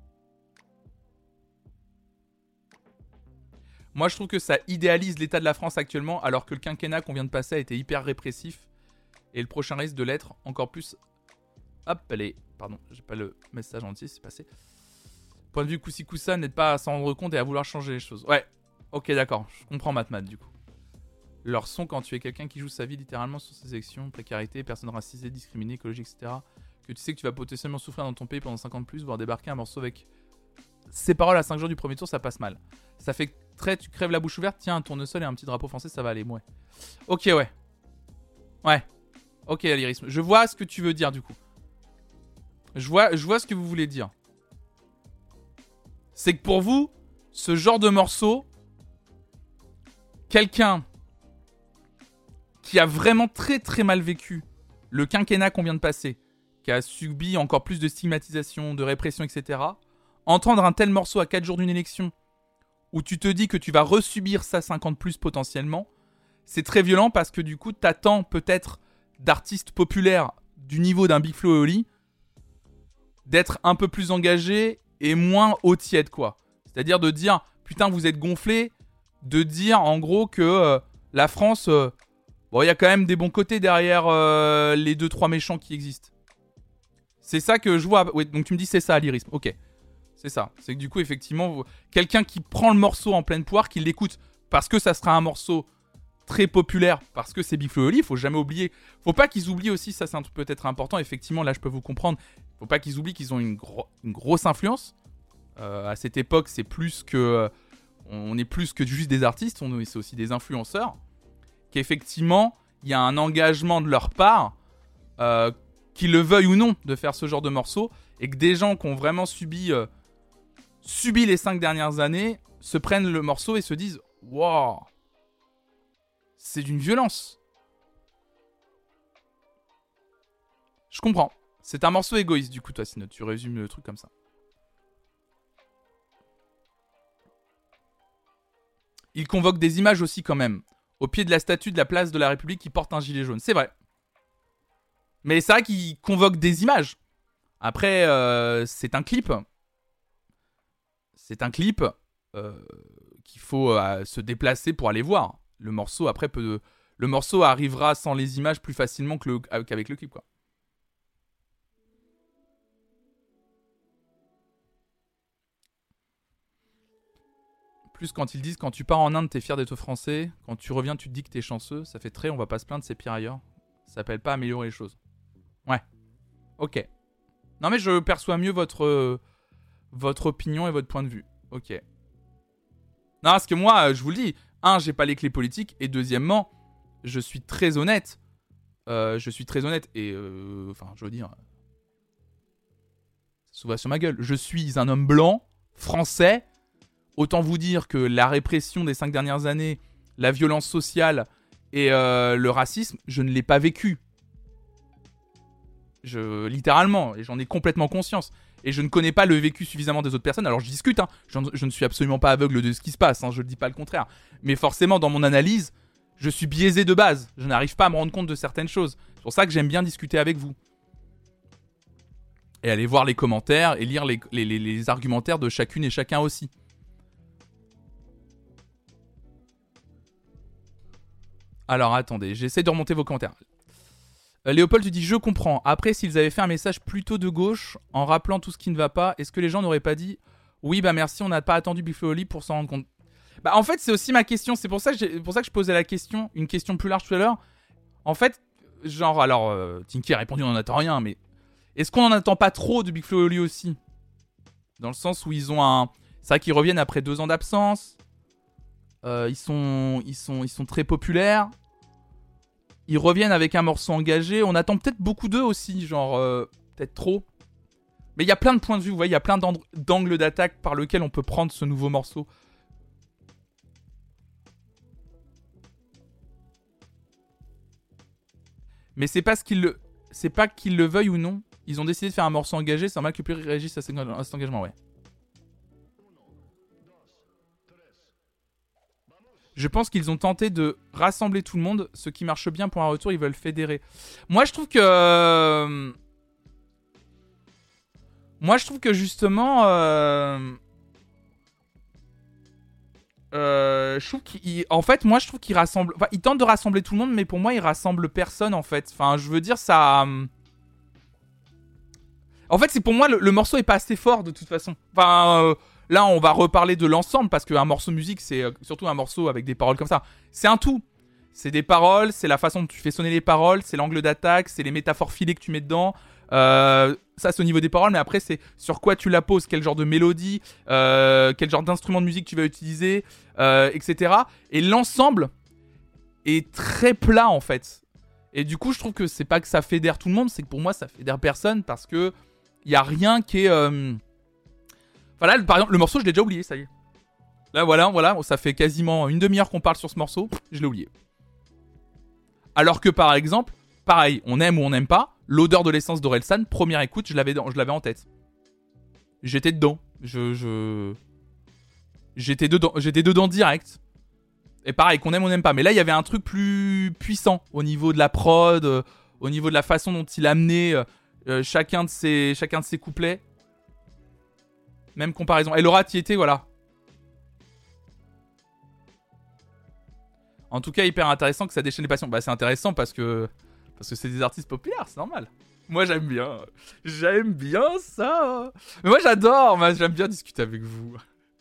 Speaker 1: Moi, je trouve que ça idéalise l'état de la France actuellement, alors que le quinquennat qu'on vient de passer a été hyper répressif. Et le prochain risque de l'être encore plus. Hop, allez. Pardon, j'ai pas le message entier, c'est passé. Point de vue Koussy-Koussa, n'êtes pas à s'en rendre compte et à vouloir changer les choses. Ouais, ok, d'accord, je comprends Matmat du coup. Leur son quand tu es quelqu'un qui joue sa vie littéralement sur ses actions, précarité, personnes racisées, discriminées, écologie, etc. Que tu sais que tu vas potentiellement souffrir dans ton pays pendant 50 plus, voire débarquer un morceau avec ces paroles à 5 jours du premier tour, ça passe mal. Ça fait très, tu crèves la bouche ouverte, tiens, un tournesol et un petit drapeau français, ça va aller, ouais. Ok, ouais. Ouais. Ok, Lyrisme. Je vois ce que tu veux dire, du coup. Je vois ce que vous voulez dire. C'est que pour vous, ce genre de morceau, quelqu'un qui a vraiment très très mal vécu le quinquennat qu'on vient de passer, qui a subi encore plus de stigmatisation, de répression, etc., entendre un tel morceau à 4 jours d'une élection, où tu te dis que tu vas resubir ça 50 plus potentiellement, c'est très violent parce que du coup, t'attends peut-être d'artistes populaires du niveau d'un Big Flo et Oli d'être un peu plus engagés et moins au tiède, quoi. C'est-à-dire de dire, putain, vous êtes gonflés, de dire en gros que la France, bon, il y a quand même des bons côtés derrière les 2-3 méchants qui existent. C'est ça que je vois. Oui, donc tu me dis c'est ça, lyrisme. Ok. C'est ça. C'est que du coup, effectivement, quelqu'un qui prend le morceau en pleine poire, qui l'écoute parce que ça sera un morceau très populaire, parce que c'est Big Flo et Oli, faut jamais oublier. Faut pas qu'ils oublient aussi, ça c'est un truc peut-être important, effectivement, là je peux vous comprendre. Faut pas qu'ils oublient qu'ils ont une grosse influence. À cette époque, c'est plus que... on est plus que juste des artistes, c'est aussi des influenceurs. Qu'effectivement, il y a un engagement de leur part, qu'ils le veuillent ou non, de faire ce genre de morceaux, et que des gens qui ont vraiment subi les 5 dernières années se prennent le morceau et se disent « Wow, c'est d'une violence !» Je comprends. C'est un morceau égoïste, du coup, toi, Sinod. Tu résumes le truc comme ça. Il convoque des images aussi, quand même. Au pied de la statue de la place de la République qui porte un gilet jaune. C'est vrai. Mais c'est vrai qu'il convoque des images. Après, c'est un clip. C'est un clip qu'il faut se déplacer pour aller voir. Le morceau, après, le morceau arrivera sans les images plus facilement qu'avec le clip, quoi. Plus quand ils disent quand tu pars en Inde, t'es fier d'être français. Quand tu reviens, tu te dis que t'es chanceux. Ça fait très, on va pas se plaindre, c'est pire ailleurs. Ça s'appelle pas améliorer les choses. Ouais. Ok. Non mais je perçois mieux votre opinion et votre point de vue. Ok. Non, parce que moi, je vous le dis, j'ai pas les clés politiques. Et deuxièmement, je suis très honnête. Et, enfin, je veux dire... Ça se voit sur ma gueule. Je suis un homme blanc, français. Autant vous dire que la répression des 5 dernières années, la violence sociale et le racisme, je ne l'ai pas vécu. Littéralement, et j'en ai complètement conscience. Et je ne connais pas le vécu suffisamment des autres personnes. Alors je discute, je ne suis absolument pas aveugle de ce qui se passe, je ne dis pas le contraire. Mais forcément, dans mon analyse, je suis biaisé de base. Je n'arrive pas à me rendre compte de certaines choses. C'est pour ça que j'aime bien discuter avec vous. Et aller voir les commentaires et lire les argumentaires de chacune et chacun aussi. Alors attendez, j'essaie de remonter vos commentaires. Léopold, tu dis je comprends. Après, s'ils avaient fait un message plutôt de gauche en rappelant tout ce qui ne va pas, est-ce que les gens n'auraient pas dit oui, bah merci, on n'a pas attendu Big Flo et Oli pour s'en rendre compte. Bah en fait, c'est aussi ma question. C'est pour ça que je posais la question, une question plus large tout à l'heure. En fait, genre, alors, Tinky a répondu on n'en attend rien, mais est-ce qu'on n'en attend pas trop de Big Flo et Oli aussi? Dans le sens où ils ont un. C'est vrai qu'ils reviennent après 2 ans d'absence. Ils sont très populaires. Ils reviennent avec un morceau engagé. On attend peut-être beaucoup d'eux aussi, genre peut-être trop. Mais il y a plein de points de vue, vous voyez, il y a plein d'angles d'attaque par lesquels on peut prendre ce nouveau morceau. Mais c'est pas qu'ils le veuillent ou non. Ils ont décidé de faire un morceau engagé, c'est normal que plus ils réagissent à cet engagement, ouais. Je pense qu'ils ont tenté de rassembler tout le monde. Ce qui marche bien pour un retour, ils veulent fédérer. Moi, je trouve que justement... je trouve en fait, moi, je trouve qu'ils rassemblent... Enfin, ils tentent de rassembler tout le monde, mais pour moi, ils rassemblent personne, en fait. Enfin, je veux dire, ça... En fait, c'est pour moi, le morceau est pas assez fort, de toute façon. Enfin... Là, on va reparler de l'ensemble parce qu'un morceau de musique, c'est surtout un morceau avec des paroles comme ça. C'est un tout. C'est des paroles, c'est la façon dont tu fais sonner les paroles, c'est l'angle d'attaque, c'est les métaphores filées que tu mets dedans. Ça, c'est au niveau des paroles, mais après, c'est sur quoi tu la poses, quel genre de mélodie, quel genre d'instrument de musique tu vas utiliser, etc. Et l'ensemble est très plat, en fait. Et du coup, je trouve que c'est pas que ça fédère tout le monde, c'est que pour moi, ça fédère personne parce que y a rien qui est... Enfin là, par exemple, le morceau, je l'ai déjà oublié, ça y est. Là, voilà, ça fait quasiment une demi-heure qu'on parle sur ce morceau, je l'ai oublié. Alors que par exemple, pareil, on aime ou on n'aime pas, l'odeur de l'essence d'Orelsan, première écoute, je l'avais en tête. J'étais dedans. J'étais dedans direct. Et pareil, qu'on aime ou on n'aime pas. Mais là, il y avait un truc plus puissant au niveau de la prod, au niveau de la façon dont il amenait chacun de ses couplets. Même comparaison. Et Laura, t'y étais, voilà. En tout cas, hyper intéressant que ça déchaîne les passions. Bah, c'est intéressant parce que c'est des artistes populaires, c'est normal. Moi, j'aime bien. J'aime bien ça. Mais moi, j'adore. Moi, j'aime bien discuter avec vous.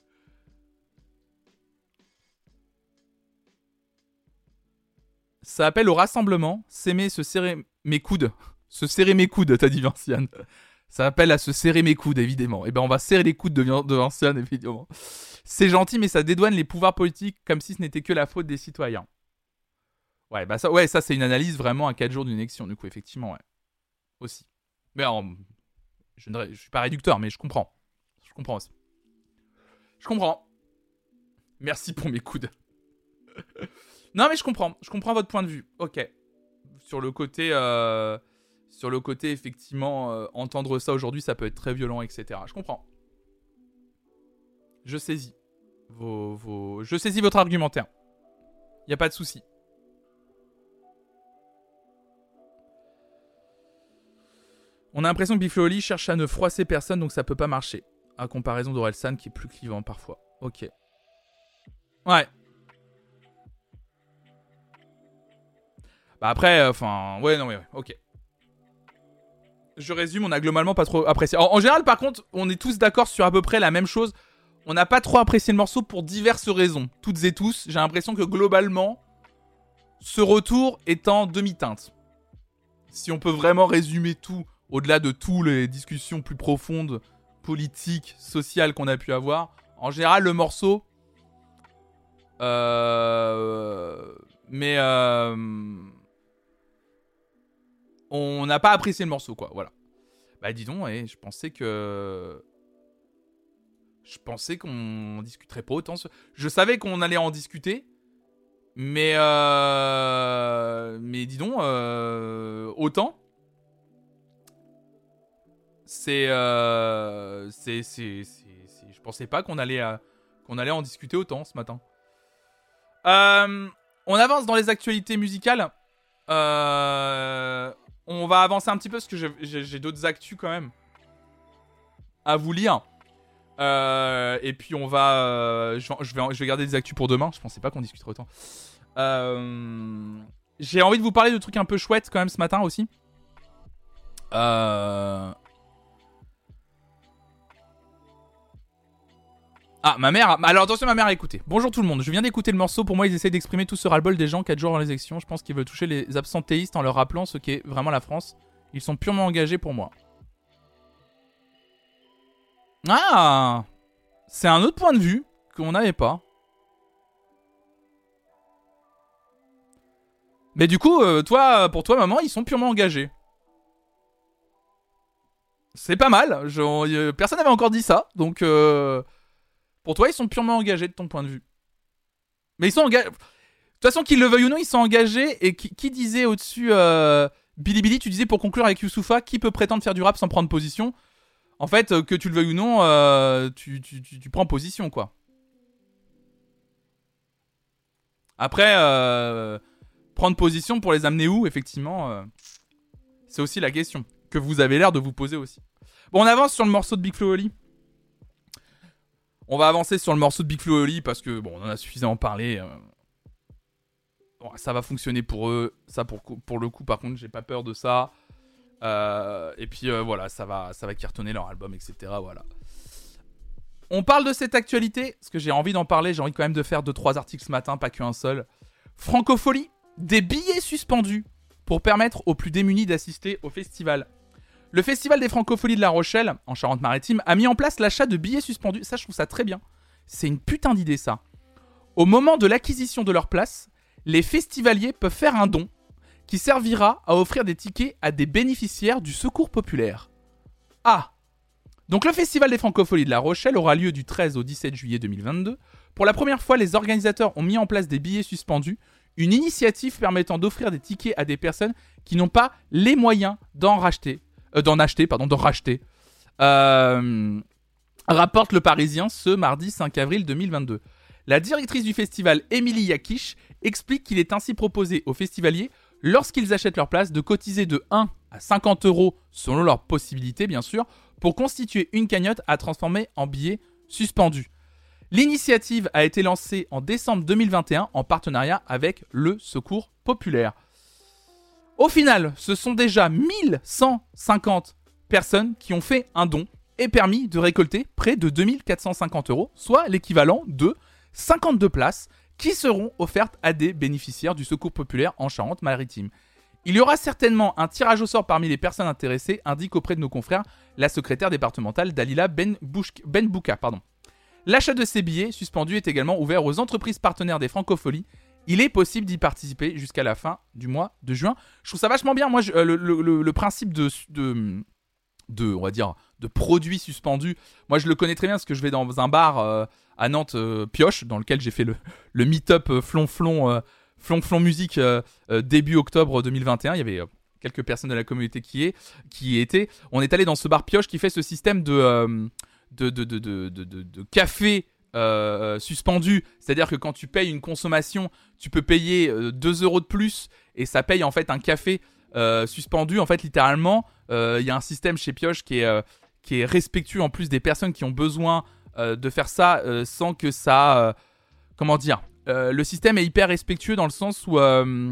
Speaker 1: Ça s'appelle au rassemblement. S'aimer, se serrer mes coudes. Se serrer mes coudes, t'as dit Vinciane. Ça appelle à se serrer mes coudes, évidemment. Et ben, on va serrer les coudes de Vinciane, évidemment. C'est gentil, mais ça dédouane les pouvoirs politiques comme si ce n'était que la faute des citoyens. Ouais, bah ça c'est une analyse vraiment à 4 jours d'une élection, du coup, effectivement, ouais. Aussi. Mais alors, je suis pas réducteur, mais je comprends. Je comprends aussi. Je comprends. Merci pour mes coudes. Non, mais je comprends votre point de vue. Ok. Sur le côté, effectivement, entendre ça aujourd'hui, ça peut être très violent, etc. Je comprends. Je saisis je saisis votre argumentaire. Y a pas de souci. On a l'impression que Big Flo et Oli cherche à ne froisser personne, donc ça peut pas marcher. À comparaison d'Orelsan qui est plus clivant parfois. Ok. Ouais. Bah après, enfin... ouais, ok. Je résume, on a globalement pas trop apprécié. En général, par contre, on est tous d'accord sur à peu près la même chose. on n'a pas trop apprécié le morceau pour diverses raisons. Toutes et tous, j'ai l'impression que globalement, ce retour est en demi-teinte. Si on peut vraiment résumer tout, au-delà de toutes les discussions plus profondes, politiques, sociales qu'on a pu avoir, en général, le morceau... on n'a pas apprécié le morceau, quoi, voilà. Bah dis donc, je pensais qu'on discuterait pas autant. Je savais qu'on allait en discuter, mais dis donc, autant. Je pensais pas qu'on allait en discuter autant ce matin. On avance dans les actualités musicales. On va avancer un petit peu parce que j'ai d'autres actus quand même à vous lire. Et puis on va... je vais garder des actus pour demain. Je pensais pas qu'on discuterait autant. J'ai envie de vous parler de trucs un peu chouettes quand même ce matin aussi. Ah, ma mère... Alors attention, ma mère a écouté. Bonjour tout le monde, je viens d'écouter le morceau. Pour moi, ils essaient d'exprimer tout ce ras-le-bol des gens 4 jours dans les élections. Je pense qu'ils veulent toucher les absentéistes en leur rappelant ce qu'est vraiment la France. Ils sont purement engagés pour moi. Ah, c'est un autre point de vue qu'on n'avait pas. Mais du coup, pour toi, maman, ils sont purement engagés. C'est pas mal. Personne n'avait encore dit ça, donc... Pour toi, ils sont purement engagés de ton point de vue. Mais ils sont engagés... De toute façon, qu'ils le veuillent ou non, ils sont engagés. Et qui disait au-dessus... Billy, tu disais pour conclure avec Youssoupha, qui peut prétendre faire du rap sans prendre position ? En fait, que tu le veuilles ou non, tu prends position, quoi. Après, prendre position pour les amener où, effectivement, c'est aussi la question que vous avez l'air de vous poser aussi. Bon, on avance sur le morceau de Big Flo et Oli. On va avancer sur le morceau de Big Flo et Oli parce que, bon, on en a suffisamment parlé. Bon, ça va fonctionner pour eux. Ça, pour le coup, par contre, j'ai pas peur de ça. Et puis, voilà, ça va cartonner leur album, etc. Voilà. On parle de cette actualité parce que j'ai envie d'en parler. J'ai envie quand même de faire 2-3 articles ce matin, pas qu'un seul. Francophonie, des billets suspendus pour permettre aux plus démunis d'assister au festival. Le Festival des Francopholies de La Rochelle, en Charente-Maritime, a mis en place l'achat de billets suspendus. Ça, je trouve ça très bien. C'est une putain d'idée, ça. Au moment de l'acquisition de leur place, les festivaliers peuvent faire un don qui servira à offrir des tickets à des bénéficiaires du Secours populaire. Ah! Donc le Festival des Francopholies de La Rochelle aura lieu du 13 au 17 juillet 2022. Pour la première fois, les organisateurs ont mis en place des billets suspendus, une initiative permettant d'offrir des tickets à des personnes qui n'ont pas les moyens d'en racheter. Rapporte Le Parisien ce mardi 5 avril 2022. La directrice du festival, Émilie Yakish, explique qu'il est ainsi proposé aux festivaliers, lorsqu'ils achètent leur place, de cotiser de 1 à 50 € selon leurs possibilités, bien sûr, pour constituer une cagnotte à transformer en billets suspendus. L'initiative a été lancée en décembre 2021 en partenariat avec le Secours populaire. Au final, ce sont déjà 1150 personnes qui ont fait un don et permis de récolter près de 2450 €, soit l'équivalent de 52 places qui seront offertes à des bénéficiaires du Secours populaire en Charente-Maritime. Il y aura certainement un tirage au sort parmi les personnes intéressées, indique auprès de nos confrères la secrétaire départementale Dalila Benbouka. L'achat de ces billets suspendus est également ouvert aux entreprises partenaires des Francopholies. Il est possible d'y participer jusqu'à la fin du mois de juin. Je trouve ça vachement bien. Moi, le principe on va dire, de produits suspendus, moi je le connais très bien parce que je vais dans un bar à Nantes, Pioche, dans lequel j'ai fait le meet-up Flonflon Musique début octobre 2021. Il y avait quelques personnes de la communauté qui y étaient. On est allé dans ce bar Pioche qui fait ce système de café suspendu, c'est-à-dire que quand tu payes une consommation, tu peux payer 2 € de plus et ça paye en fait un café suspendu. En fait, littéralement, il y a un système chez Pioche qui est respectueux en plus des personnes qui ont besoin de faire ça sans que ça... comment dire, le système est hyper respectueux dans le sens où...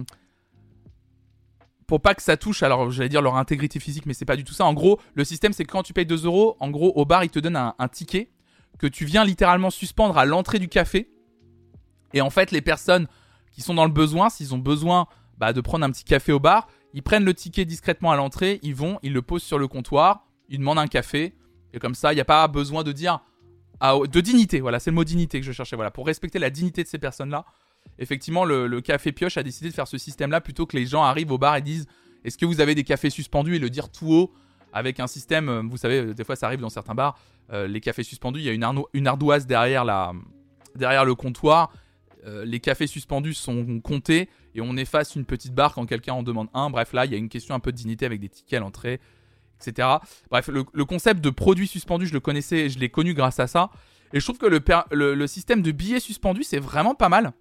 Speaker 1: pour pas que ça touche, alors j'allais dire leur intégrité physique, mais c'est pas du tout ça. En gros, le système c'est que quand tu payes 2 €, en gros au bar ils te donnent un ticket que tu viens littéralement suspendre à l'entrée du café. Et en fait, les personnes qui sont dans le besoin, s'ils ont besoin de prendre un petit café au bar, ils prennent le ticket discrètement à l'entrée, ils vont, ils le posent sur le comptoir, ils demandent un café. Et comme ça, il n'y a pas besoin de dire... de dignité, voilà, c'est le mot dignité que je cherchais. Voilà, pour respecter la dignité de ces personnes-là, effectivement, le Café Pioche a décidé de faire ce système-là plutôt que les gens arrivent au bar et disent « Est-ce que vous avez des cafés suspendus ?» et le dire tout haut avec un système, vous savez, des fois ça arrive dans certains bars, les cafés suspendus, il y a une ardoise derrière le comptoir, les cafés suspendus sont comptés et on efface une petite barre quand quelqu'un en demande un. Bref, là, il y a une question un peu de dignité avec des tickets à l'entrée, etc. Bref, le concept de produit suspendu, je le connaissais, je l'ai connu grâce à ça. Et je trouve que le système de billets suspendus, c'est vraiment pas mal.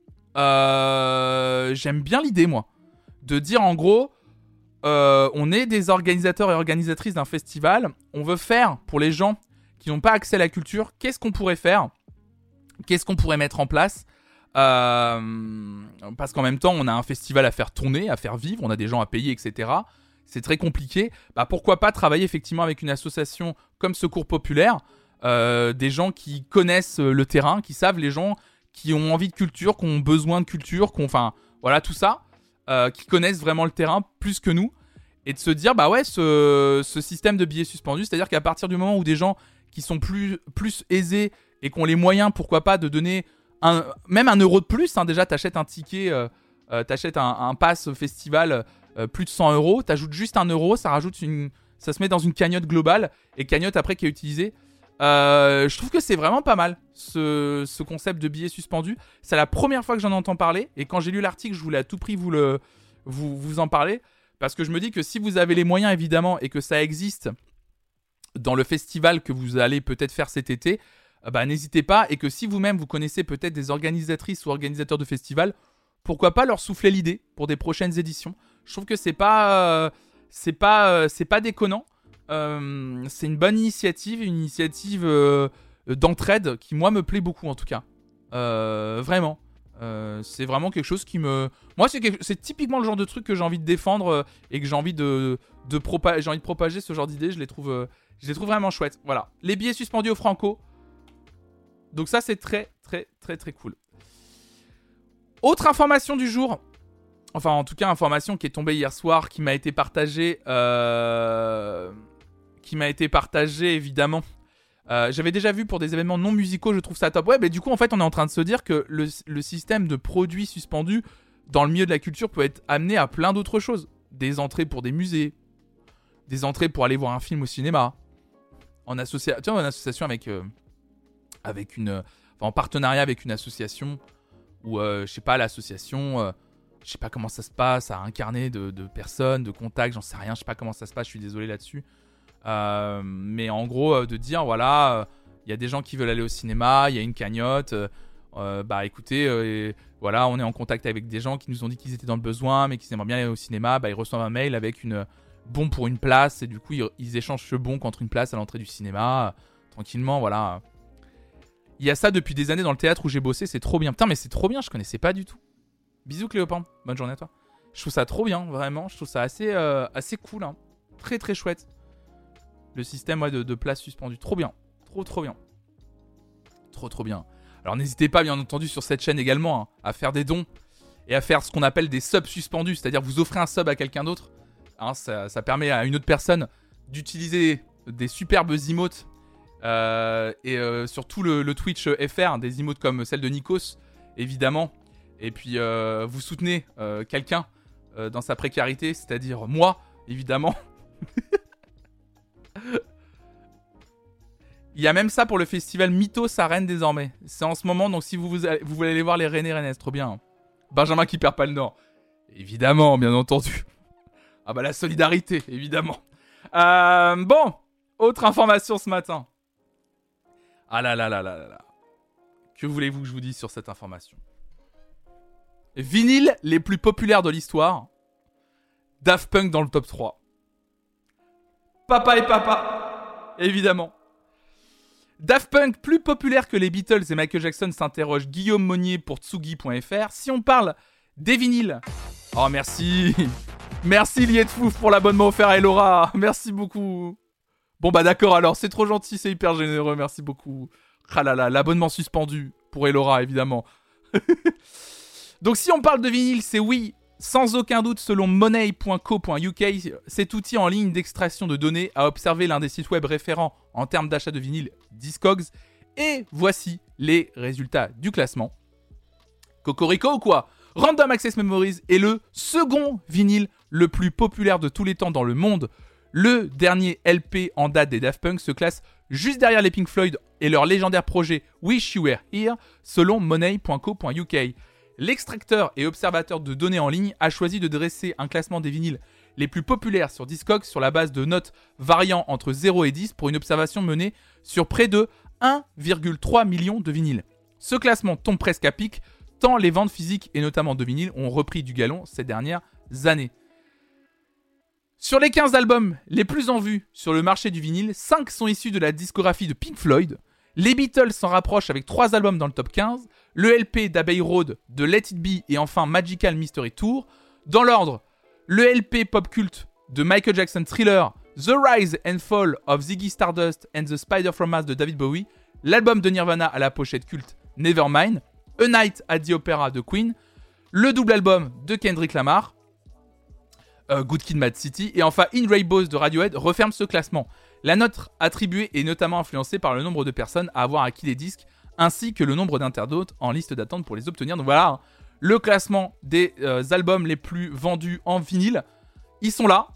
Speaker 1: J'aime bien l'idée, moi. De dire, en gros, on est des organisateurs et organisatrices d'un festival. On veut faire, pour les gens qui n'ont pas accès à la culture, qu'est-ce qu'on pourrait faire ? Qu'est-ce qu'on pourrait mettre en place ? Parce qu'en même temps, on a un festival à faire tourner, à faire vivre. On a des gens à payer, etc. C'est très compliqué. Pourquoi pas travailler effectivement avec une association comme Secours Populaire, des gens qui connaissent le terrain, qui savent les gens qui ont envie de culture, qui ont besoin de culture, voilà tout ça, qui connaissent vraiment le terrain plus que nous, et de se dire ce système de billets suspendus, c'est-à-dire qu'à partir du moment où des gens qui sont plus aisés et qui ont les moyens, pourquoi pas, de donner même un euro de plus, déjà t'achètes un ticket, t'achètes un pass festival. Plus de 100 €, t'ajoutes juste 1 euro, ça se met dans une cagnotte globale, et cagnotte après qui est utilisée. Je trouve que c'est vraiment pas mal ce concept de billets suspendus. C'est la première fois que j'en entends parler, et quand j'ai lu l'article, je voulais à tout prix vous en parler, parce que je me dis que si vous avez les moyens évidemment, et que ça existe dans le festival que vous allez peut-être faire cet été, n'hésitez pas, et que si vous-même vous connaissez peut-être des organisatrices ou organisateurs de festivals, pourquoi pas leur souffler l'idée pour des prochaines éditions. Je trouve que c'est pas déconnant. C'est une bonne initiative, une initiative d'entraide qui moi me plaît beaucoup en tout cas. Vraiment. C'est vraiment quelque chose qui me... Moi c'est typiquement le genre de truc que j'ai envie de défendre et que j'ai envie de propager ce genre d'idées. Je les trouve vraiment chouettes. Voilà. Les billets suspendus au Franco. Donc ça c'est très très très très cool. Autre information du jour. Enfin, en tout cas, information qui est tombée hier soir, qui m'a été partagée, évidemment. J'avais déjà vu pour des événements non musicaux, je trouve ça top. Ouais, mais du coup, en fait, on est en train de se dire que le système de produits suspendus dans le milieu de la culture peut être amené à plein d'autres choses. Des entrées pour des musées, des entrées pour aller voir un film au cinéma, en association avec en partenariat avec une association, ou je sais pas, l'association... je sais pas comment ça se passe, à incarner de personnes, de contacts, j'en sais rien, je sais pas comment ça se passe, je suis désolé là-dessus. Mais en gros, de dire, voilà, il y a des gens qui veulent aller au cinéma, il y a une cagnotte, écoutez, voilà, on est en contact avec des gens qui nous ont dit qu'ils étaient dans le besoin, mais qu'ils aimeraient bien aller au cinéma, ils reçoivent un mail avec une bon pour une place, et du coup, ils échangent ce bon contre une place à l'entrée du cinéma, tranquillement, voilà. Il y a ça depuis des années dans le théâtre où j'ai bossé, c'est trop bien. Putain, mais c'est trop bien, je connaissais pas du tout. Bisous Cléopâtre, bonne journée à toi. Je trouve ça trop bien, vraiment. Je trouve ça assez cool. Hein. Très très chouette. Le système de places suspendues. Trop bien. Trop bien. Trop bien. Alors n'hésitez pas, bien entendu, sur cette chaîne également, à faire des dons. Et à faire ce qu'on appelle des subs suspendus. C'est-à-dire vous offrez un sub à quelqu'un d'autre. Hein, ça permet à une autre personne d'utiliser des superbes emotes. Et surtout le Twitch FR, des emotes comme celle de Nikos, évidemment. Et puis vous soutenez quelqu'un dans sa précarité, c'est-à-dire moi, évidemment. Il y a même ça pour le festival Mythos à Rennes désormais. C'est en ce moment, donc si vous voulez aller voir les Rennais Rennaises, trop bien. Benjamin qui perd pas le nord. Évidemment, bien entendu. Ah bah la solidarité, évidemment. Bon, autre information ce matin. Ah là. Que voulez-vous que je vous dise sur cette information ? Vinyles les plus populaires de l'histoire. Daft Punk dans le top 3. Papa et papa, évidemment. Daft Punk plus populaire que les Beatles et Michael Jackson, s'interroge Guillaume Monnier pour Tsugi.fr. Si on parle des vinyles... Oh merci. Merci Liet Fouf pour l'abonnement offert à Elora. Merci beaucoup. Bon bah d'accord alors, c'est trop gentil, c'est hyper généreux, merci beaucoup. Ah là là, l'abonnement suspendu pour Elora, évidemment. Donc si on parle de vinyle, c'est oui, sans aucun doute, selon money.co.uk, cet outil en ligne d'extraction de données a observé l'un des sites web référents en termes d'achat de vinyle, Discogs, et voici les résultats du classement. Cocorico ou quoi ? Random Access Memories est le second vinyle le plus populaire de tous les temps dans le monde. Le dernier LP en date des Daft Punk se classe juste derrière les Pink Floyd et leur légendaire projet Wish You Were Here, selon money.co.uk. L'extracteur et observateur de données en ligne a choisi de dresser un classement des vinyles les plus populaires sur Discogs sur la base de notes variant entre 0 et 10 pour une observation menée sur près de 1,3 million de vinyles. Ce classement tombe presque à pic, tant les ventes physiques et notamment de vinyles ont repris du galon ces dernières années. Sur les 15 albums les plus en vue sur le marché du vinyle, 5 sont issus de la discographie de Pink Floyd. Les Beatles s'en rapprochent avec 3 albums dans le top 15, le LP d'Abbey Road, de Let It Be et enfin Magical Mystery Tour. Dans l'ordre, le LP pop culte de Michael Jackson Thriller, The Rise and Fall of Ziggy Stardust and the Spider from Mars de David Bowie, l'album de Nirvana à la pochette culte Nevermind, A Night at the Opera de Queen, le double album de Kendrick Lamar, Good Kid Mad City, et enfin In Rainbows de Radiohead referme ce classement. La note attribuée est notamment influencée par le nombre de personnes à avoir acquis les disques, ainsi que le nombre d'internautes en liste d'attente pour les obtenir. Donc voilà, le classement des albums les plus vendus en vinyle, ils sont là.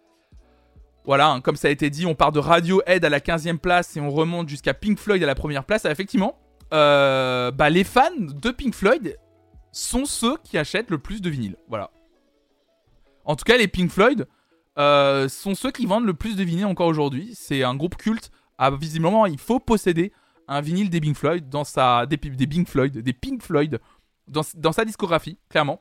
Speaker 1: Voilà, comme ça a été dit, on part de Radiohead à la 15e place et on remonte jusqu'à Pink Floyd à la première place. Et effectivement, les fans de Pink Floyd sont ceux qui achètent le plus de vinyle. Voilà. En tout cas, les Pink Floyd sont ceux qui vendent le plus de vinyles encore aujourd'hui. C'est un groupe culte. Visiblement, il faut posséder un vinyle des Pink Floyd dans sa discographie, clairement.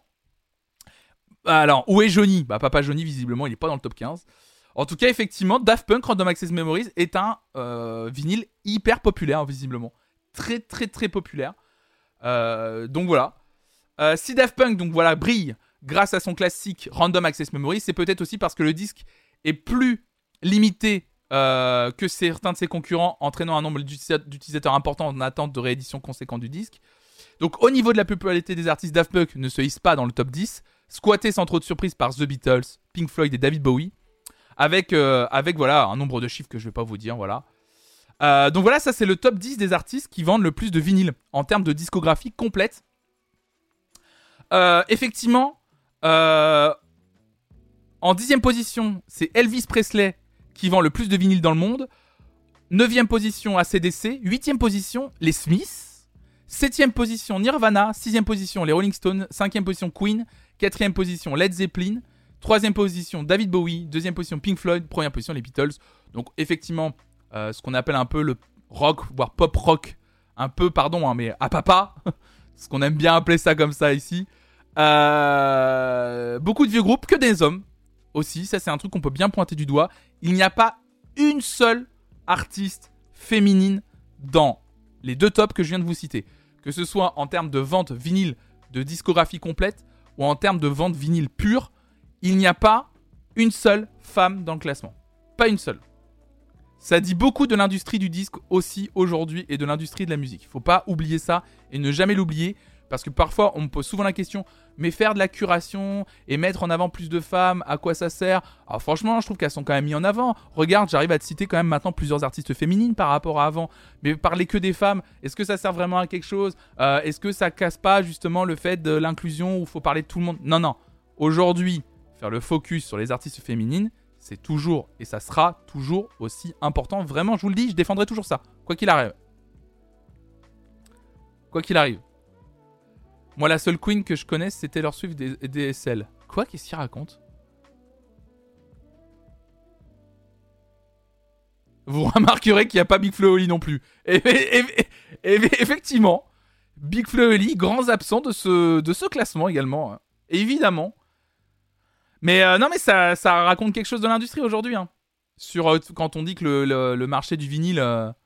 Speaker 1: Alors, où est Johnny ? Papa Johnny, visiblement, il n'est pas dans le top 15. En tout cas, effectivement, Daft Punk Random Access Memories est un vinyle hyper populaire, visiblement. Très, très, très populaire. Donc voilà. Si Daft Punk brille grâce à son classique Random Access Memories, c'est peut-être aussi parce que le disque est plus limité que certains de ses concurrents, entraînant un nombre d'utilisateurs importants en attente de réédition conséquente du disque. Donc au niveau de la popularité des artistes, Daft Punk ne se hisse pas dans le top 10, squatté sans trop de surprise par The Beatles, Pink Floyd et David Bowie, avec voilà, un nombre de chiffres que je ne vais pas vous dire. Voilà. Donc voilà, ça c'est le top 10 des artistes qui vendent le plus de vinyles en termes de discographie complète. Effectivement, en 10e position, c'est Elvis Presley qui vend le plus de vinyles dans le monde. 9e position, AC/DC. 8e position, les Smiths. 7e position, Nirvana. 6e position, les Rolling Stones. 5e position, Queen. 4e position, Led Zeppelin. 3e position, David Bowie. 2e position, Pink Floyd. 1e position, les Beatles. Donc effectivement, ce qu'on appelle un peu le rock, voire pop rock. Un peu, pardon, mais à papa. Ce qu'on aime bien appeler ça comme ça ici. Beaucoup de vieux groupes, que des hommes aussi. Ça, c'est un truc qu'on peut bien pointer du doigt. Il n'y a pas une seule artiste féminine dans les deux tops que je viens de vous citer. Que ce soit en termes de vente vinyle de discographie complète ou en termes de vente vinyle pure, il n'y a pas une seule femme dans le classement. Pas une seule. Ça dit beaucoup de l'industrie du disque aussi aujourd'hui et de l'industrie de la musique. Il ne faut pas oublier ça et ne jamais l'oublier. Parce que parfois, on me pose souvent la question, mais faire de la curation et mettre en avant plus de femmes, à quoi ça sert ? Alors franchement, je trouve qu'elles sont quand même mises en avant. Regarde, j'arrive à te citer quand même maintenant plusieurs artistes féminines par rapport à avant. Mais parler que des femmes, est-ce que ça sert vraiment à quelque chose ? Est-ce que ça casse pas justement le fait de l'inclusion où il faut parler de tout le monde ? Non. Aujourd'hui, faire le focus sur les artistes féminines, c'est toujours, et ça sera toujours aussi important. Vraiment, je vous le dis, je défendrai toujours ça. Quoi qu'il arrive. Quoi qu'il arrive. Moi, la seule Queen que je connaisse, c'était Taylor Swift et DSL. Quoi ? Qu'est-ce qu'il raconte ? Vous remarquerez qu'il n'y a pas Big Flo et Oli non plus. Et effectivement, Big Flo et Oli, grands absents de ce classement également. Évidemment. Mais non, mais ça raconte quelque chose de l'industrie aujourd'hui. Sur quand on dit que le marché du vinyle...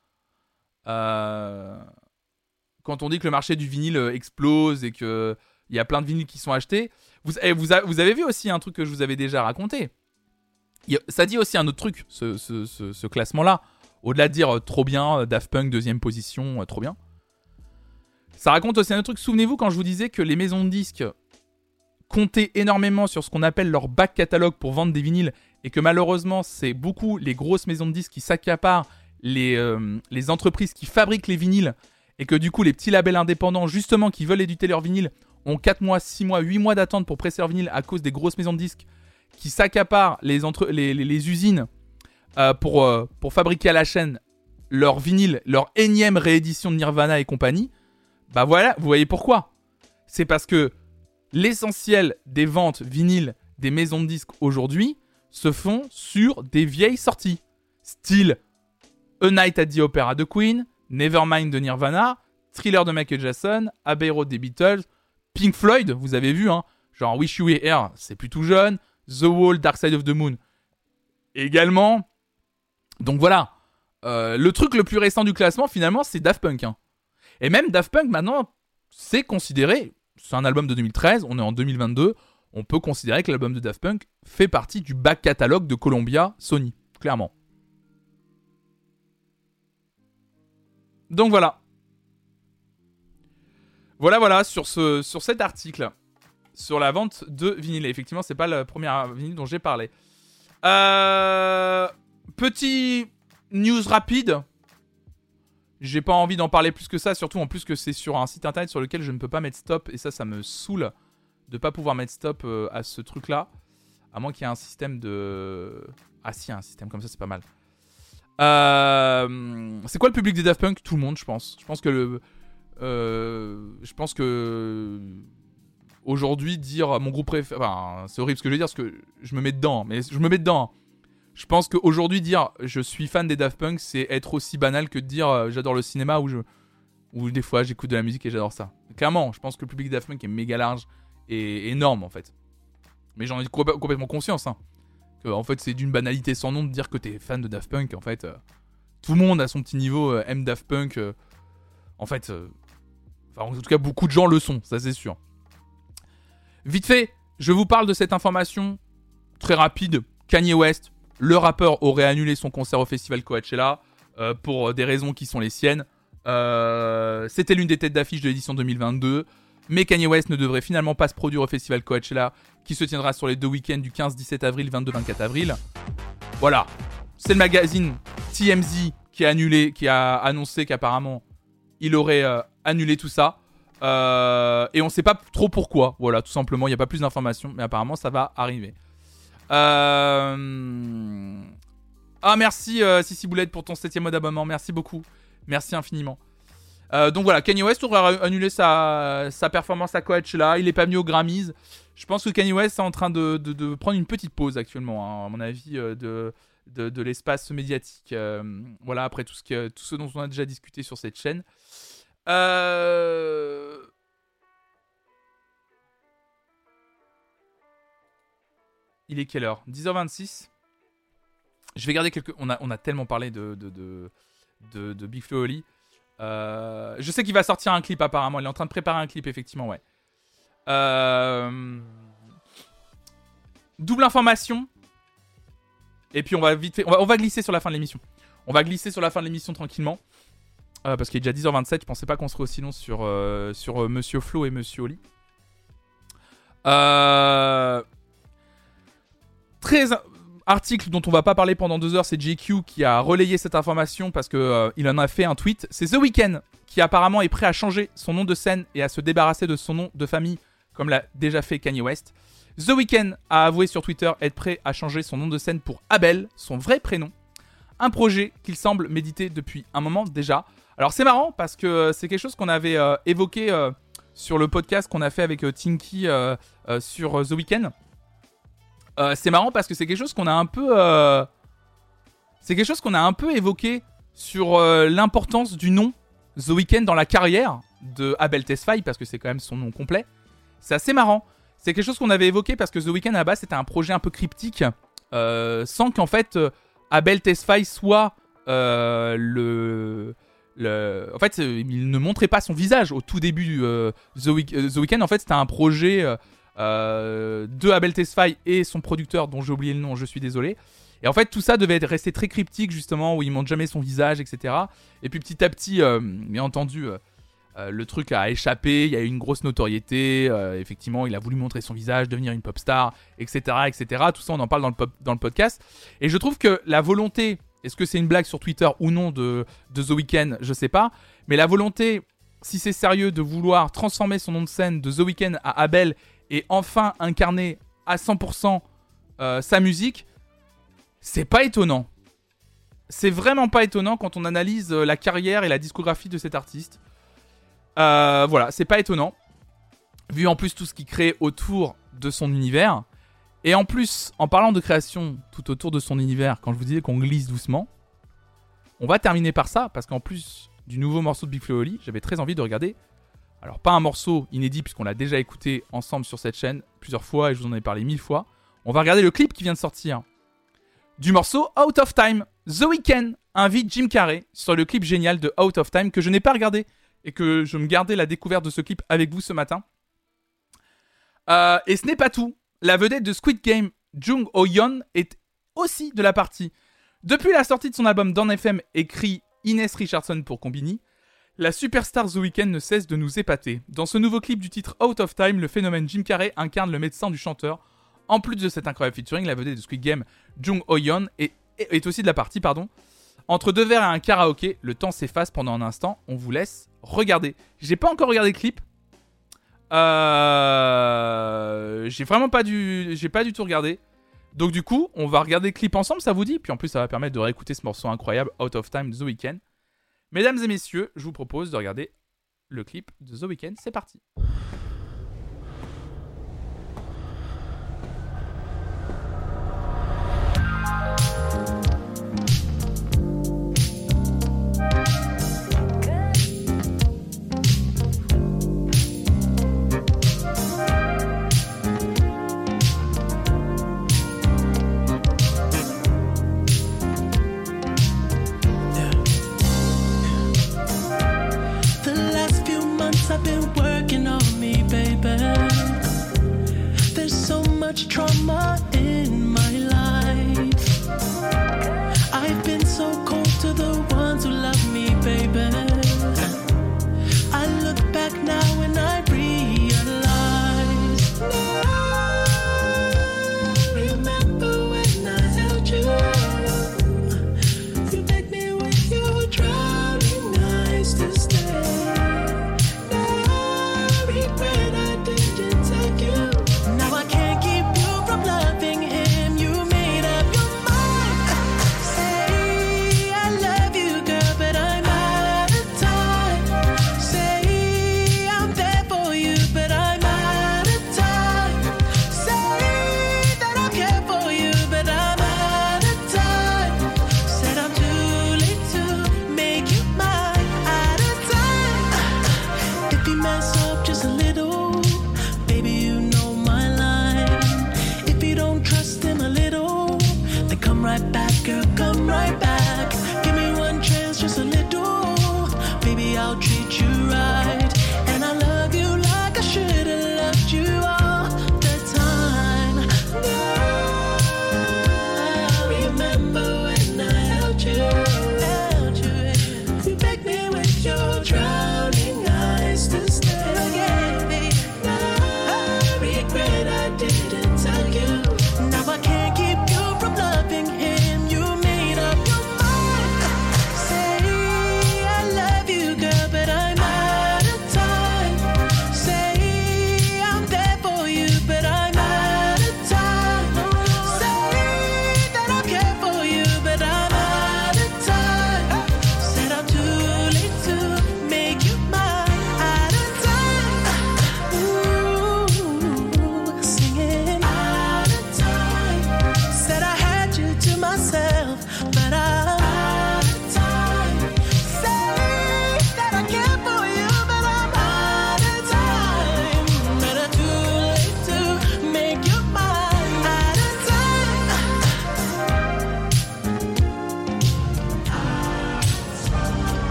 Speaker 1: Quand on dit que le marché du vinyle explose et qu'il y a plein de vinyles qui sont achetés, vous avez vu aussi un truc que je vous avais déjà raconté. Ça dit aussi un autre truc, ce classement-là, Au-delà de dire trop bien, Daft Punk, deuxième position, trop bien. Ça raconte aussi un autre truc. Souvenez-vous quand je vous disais que les maisons de disques comptaient énormément sur ce qu'on appelle leur back catalogue pour vendre des vinyles et que malheureusement, c'est beaucoup les grosses maisons de disques qui s'accaparent les entreprises qui fabriquent les vinyles et que du coup, les petits labels indépendants, justement, qui veulent éditer leurs vinyles, ont 4 mois, 6 mois, 8 mois d'attente pour presser leurs vinyles à cause des grosses maisons de disques qui s'accaparent les usines pour fabriquer à la chaîne leur vinyle, leur énième réédition de Nirvana et compagnie. Bah voilà, vous voyez pourquoi. C'est parce que l'essentiel des ventes vinyles des maisons de disques aujourd'hui se font sur des vieilles sorties. Style A Night at the Opera de Queen, Nevermind de Nirvana, Thriller de Michael Jackson, Abbey Road des Beatles, Pink Floyd, vous avez vu, hein, genre Wish You Were Here, c'est plus tout jeune, The Wall, Dark Side of the Moon également. Donc voilà, le truc le plus récent du classement finalement c'est Daft Punk, hein. Et même Daft Punk, maintenant, c'est considéré... C'est un album de 2013, on est en 2022. On peut considérer que l'album de Daft Punk fait partie du back catalogue de Columbia Sony, clairement. Donc voilà. Voilà, sur cet article, sur la vente de vinyle. Effectivement, c'est pas le premier vinyle dont j'ai parlé. Petit news rapide. J'ai pas envie d'en parler plus que ça, surtout en plus que c'est sur un site internet sur lequel je ne peux pas mettre stop, et ça me saoule de pas pouvoir mettre stop à ce truc-là, à moins qu'il y ait un système de... Ah si, un système comme ça, c'est pas mal. C'est quoi le public des Daft Punk ? Tout le monde, je pense. Je pense que aujourd'hui, dire mon groupe préféré... Enfin, c'est horrible ce que je vais dire, parce que je me mets dedans, mais je me mets dedans. Je pense qu'aujourd'hui, dire je suis fan des Daft Punk, c'est être aussi banal que de dire j'adore le cinéma ou des fois j'écoute de la musique et j'adore ça. Clairement, je pense que le public des Daft Punk est méga large et énorme en fait. Mais j'en ai complètement conscience. Hein, que, en fait, c'est d'une banalité sans nom de dire que t'es fan de Daft Punk. En fait, tout le monde à son petit niveau aime Daft Punk. En fait, en tout cas, beaucoup de gens le sont, ça c'est sûr. Vite fait, je vous parle de cette information très rapide. Kanye West. Le rappeur aurait annulé son concert au festival Coachella pour des raisons qui sont les siennes. C'était l'une des têtes d'affiche de l'édition 2022. Mais Kanye West ne devrait finalement pas se produire au festival Coachella qui se tiendra sur les 2 week-ends du 15-17 avril, 22-24 avril. Voilà. C'est le magazine TMZ qui a annoncé qu'apparemment il aurait annulé tout ça. Et on ne sait pas trop pourquoi. Voilà, tout simplement. Il n'y a pas plus d'informations. Mais apparemment, ça va arriver. Ah merci Sissi Boulette pour ton 7ème mois d'abonnement, merci beaucoup, merci infiniment. Donc voilà, Kanye West aurait annulé sa performance à Coachella, il est pas venu aux Grammys. Je pense que Kanye West est en train de prendre une petite pause actuellement, hein, à mon avis, de l'espace médiatique. Voilà, après tout ce dont on a déjà discuté sur cette chaîne. Il est quelle heure ? 10h26. Je vais garder quelques... On a tellement parlé de Big Flo et Oli. Je sais qu'il va sortir un clip apparemment. Il est en train de préparer un clip, effectivement, ouais. Double information. Et puis on va vite fait... On va glisser sur la fin de l'émission. On va glisser sur la fin de l'émission tranquillement. Parce qu'il est déjà 10h27. Je pensais pas qu'on serait aussi long sur Monsieur Flo et Monsieur Oli. Article dont on va pas parler pendant 2 heures, c'est JQ qui a relayé cette information parce que il en a fait un tweet. C'est The Weeknd qui apparemment est prêt à changer son nom de scène et à se débarrasser de son nom de famille comme l'a déjà fait Kanye West. The Weeknd a avoué sur Twitter être prêt à changer son nom de scène pour Abel, son vrai prénom. Un projet qu'il semble méditer depuis un moment déjà. Alors c'est marrant parce que c'est quelque chose qu'on avait évoqué sur le podcast qu'on a fait avec Tinky sur The Weeknd. C'est marrant parce que c'est quelque chose qu'on a un peu évoqué sur l'importance du nom The Weeknd dans la carrière de Abel Tesfaye, parce que c'est quand même son nom complet. C'est assez marrant. C'est quelque chose qu'on avait évoqué parce que The Weeknd à la base c'était un projet un peu cryptique, sans qu'en fait Abel Tesfaye soit en fait il ne montrait pas son visage au tout début. The Weeknd en fait c'était un projet de Abel Tesfaye et son producteur dont j'ai oublié le nom, je suis désolé. Et en fait tout ça devait rester très cryptique justement, où il montre jamais son visage, etc. Et puis petit à petit, bien entendu, le truc a échappé, il y a eu une grosse notoriété, effectivement il a voulu montrer son visage, devenir une pop star, etc., etc. Tout ça on en parle dans le podcast. Et je trouve que la volonté, est-ce que c'est une blague sur Twitter ou non de The Weeknd, je sais pas, mais la volonté, si c'est sérieux, de vouloir transformer son nom de scène de The Weeknd à Abel et enfin incarner à 100% sa musique, c'est pas étonnant. C'est vraiment pas étonnant quand on analyse la carrière et la discographie de cet artiste. Voilà, c'est pas étonnant. Vu en plus tout ce qu'il crée autour de son univers. Et en plus, en parlant de création tout autour de son univers, quand je vous disais qu'on glisse doucement, on va terminer par ça, parce qu'en plus du nouveau morceau de Big Flo et Oli, j'avais très envie de regarder, alors pas un morceau inédit, puisqu'on l'a déjà écouté ensemble sur cette chaîne plusieurs fois, et je vous en ai parlé 1000 fois, on va regarder le clip qui vient de sortir du morceau Out of Time. The Weeknd invite Jim Carrey sur le clip génial de Out of Time, que je n'ai pas regardé, et que je me gardais la découverte de ce clip avec vous ce matin. Et ce n'est pas tout. La vedette de Squid Game, Jung Ho-yeon, est aussi de la partie. Depuis la sortie de son album Dawn FM, écrit Inès Richardson pour Combini, la superstar The Weeknd ne cesse de nous épater. Dans ce nouveau clip du titre Out of Time, le phénomène Jim Carrey incarne le médecin du chanteur. En plus de cet incroyable featuring, la vedette de Squid Game, Jung Ho-yeon, est aussi de la partie, Entre deux verres et un karaoké, le temps s'efface pendant un instant, on vous laisse regarder. J'ai pas encore regardé le clip. J'ai pas du tout regardé. Donc du coup, on va regarder le clip ensemble, ça vous dit? Puis en plus, ça va permettre de réécouter ce morceau incroyable, Out of Time, The Weeknd. Mesdames et messieurs, je vous propose de regarder le clip de The Weeknd. C'est parti.
Speaker 4: Trauma in my life. I've been so cold to the ones who love me, baby. I look back now and I realize. Now, remember when I held you? You begged me with your drowning eyes to stay. Now, regret I didn't take you. Now I can't keep from loving him, you made up your mind. Say I love you, girl, but I'm out of time. Say I'm there for you, but I'm out of time. Say that I care for you, but I'm out of time. Said I'm too late to make you mine, out of time. If you mess up just a little, baby, you know my line. If you don't trust him a little, then come right back, girl, come right back. Give me one chance, just a little. Baby, I'll treat you right. And I love you like I should have loved you all the time. Now, remember when I held you? You begged me with your drowning eyes to stay again.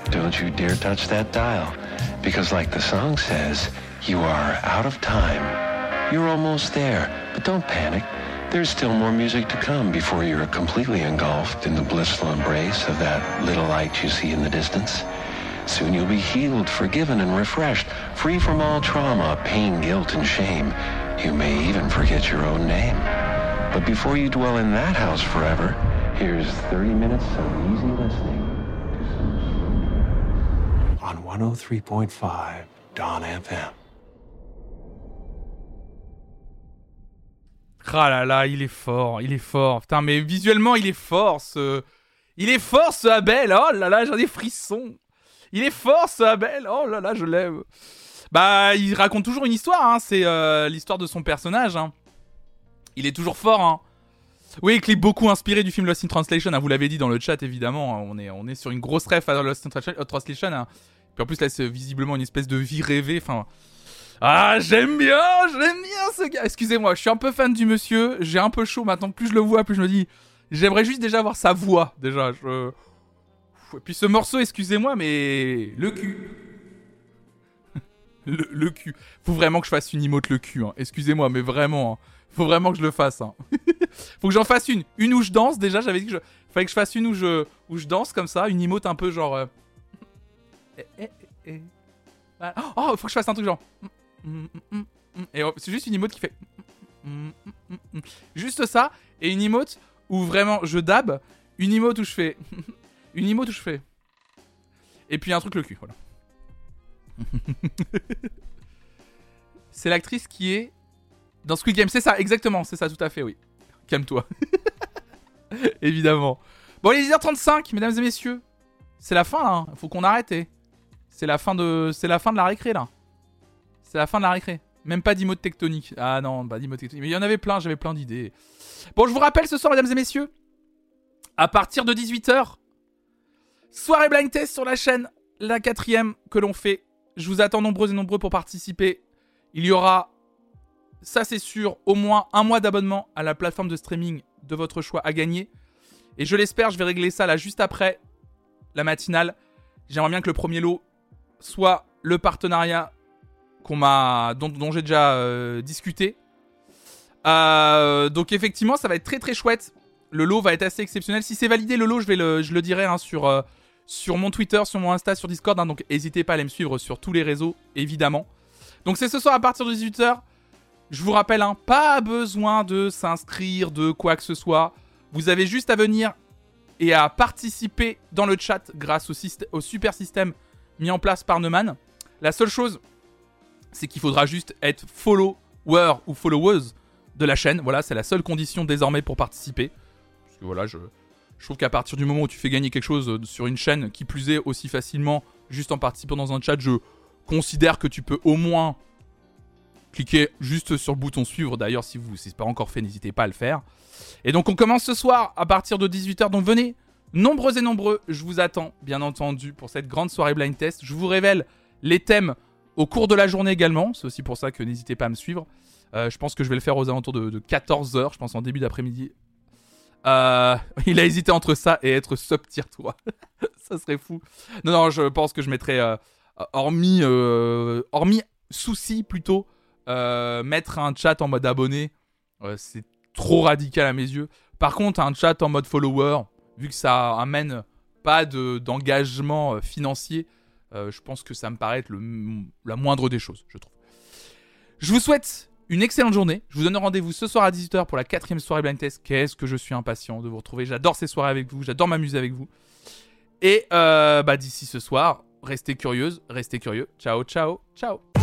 Speaker 5: don't you dare touch that dial. Because like the song says, you are out of time. You're almost there, but don't panic. There's still more music to come before you're completely engulfed in the blissful embrace of that little light you see in the distance. Soon you'll be healed, forgiven, and refreshed, free from all trauma, pain, guilt, and shame. You may even forget your own name. But before you dwell in that house forever, here's 30 minutes of easy listening to some on 103.5 Dawn FM.
Speaker 1: Ah là là, il est fort. Putain, mais visuellement, il est fort, Il est fort, ce Abel. Oh là là, j'en ai frissons. Il est fort, ce Abel. Oh là là, je l'aime. Bah, il raconte toujours une histoire, hein. C'est l'histoire de son personnage, hein. Il est toujours fort, hein. Oui, clip beaucoup inspiré du film Lost in Translation, hein. Vous l'avez dit dans le chat, évidemment. On est sur une grosse ref à Lost in Translation, hein. Puis en plus, là, c'est visiblement une espèce de vie rêvée. Enfin... Ah, j'aime bien ce gars. Excusez-moi, je suis un peu fan du monsieur. J'ai un peu chaud maintenant. Plus je le vois, plus je me dis, j'aimerais juste déjà voir sa voix. Déjà, Et puis ce morceau, excusez-moi, mais le cul. le cul. Faut vraiment que je fasse une emote le cul. Hein. Excusez-moi, mais vraiment. Hein. Faut vraiment que je le fasse. Hein. Faut que j'en fasse une où je danse. Déjà, j'avais dit que fallait que je fasse une où je danse comme ça, une emote un peu genre. Oh, faut que je fasse un truc genre. Et c'est juste une emote qui fait juste ça, et une emote où vraiment je dab, une emote où je fais une emote où je fais, et puis un truc le cul, voilà. C'est l'actrice qui est dans Squid Game, c'est ça, exactement, c'est ça, tout à fait, oui. Calme-toi. Évidemment. Bon, il est 10h35, mesdames et messieurs. C'est la fin, là, hein. Faut qu'on arrête, c'est la fin de la récré, là. C'est la fin de la récré. Même pas d'emote tectonique. Ah non, pas d'emote tectonique. Mais il y en avait plein, j'avais plein d'idées. Bon, je vous rappelle ce soir, mesdames et messieurs, à partir de 18h, soirée blind test sur la chaîne, la 4ème que l'on fait. Je vous attends nombreux et nombreux pour participer. Il y aura, ça c'est sûr, au moins un mois d'abonnement à la plateforme de streaming de votre choix à gagner. Et je l'espère, je vais régler ça là juste après la matinale. J'aimerais bien que le premier lot soit le partenariat dont j'ai déjà discuté. Donc effectivement, ça va être très très chouette. Le lot va être assez exceptionnel. Si c'est validé, le lot, je le dirai hein, sur mon Twitter, sur mon Insta, sur Discord. Hein, donc n'hésitez pas à aller me suivre sur tous les réseaux, évidemment. Donc c'est ce soir à partir de 18h. Je vous rappelle, hein, pas besoin de s'inscrire, de quoi que ce soit. Vous avez juste à venir et à participer dans le chat grâce au super système mis en place par Neumann. La seule chose, c'est qu'il faudra juste être follower ou followeuse de la chaîne. Voilà, c'est la seule condition désormais pour participer. Parce que voilà, je trouve qu'à partir du moment où tu fais gagner quelque chose sur une chaîne, qui plus est aussi facilement, juste en participant dans un chat, je considère que tu peux au moins cliquer juste sur le bouton suivre. D'ailleurs, si c'est pas encore fait, n'hésitez pas à le faire. Et donc on commence ce soir à partir de 18h. Donc venez, nombreux et nombreux, je vous attends, bien entendu, pour cette grande soirée blind test. Je vous révèle les thèmes au cours de la journée également. C'est aussi pour ça que n'hésitez pas à me suivre. Je pense que je vais le faire aux alentours de 14h, je pense en début d'après-midi. Il a hésité entre ça et être sub-tier 3. Ça serait fou. Non, je pense que je mettrai, hormis souci plutôt, mettre un chat en mode abonné. C'est trop radical à mes yeux. Par contre, un chat en mode follower, vu que ça amène pas d'engagement financier, je pense que ça me paraît être la moindre des choses, je trouve. Je vous souhaite une excellente journée. Je vous donne rendez-vous ce soir à 18h pour la 4ème soirée blind test. Qu'est-ce que je suis impatient de vous retrouver. J'adore ces soirées avec vous. J'adore m'amuser avec vous. Et d'ici ce soir, restez curieuses, restez curieux. Ciao, ciao, ciao.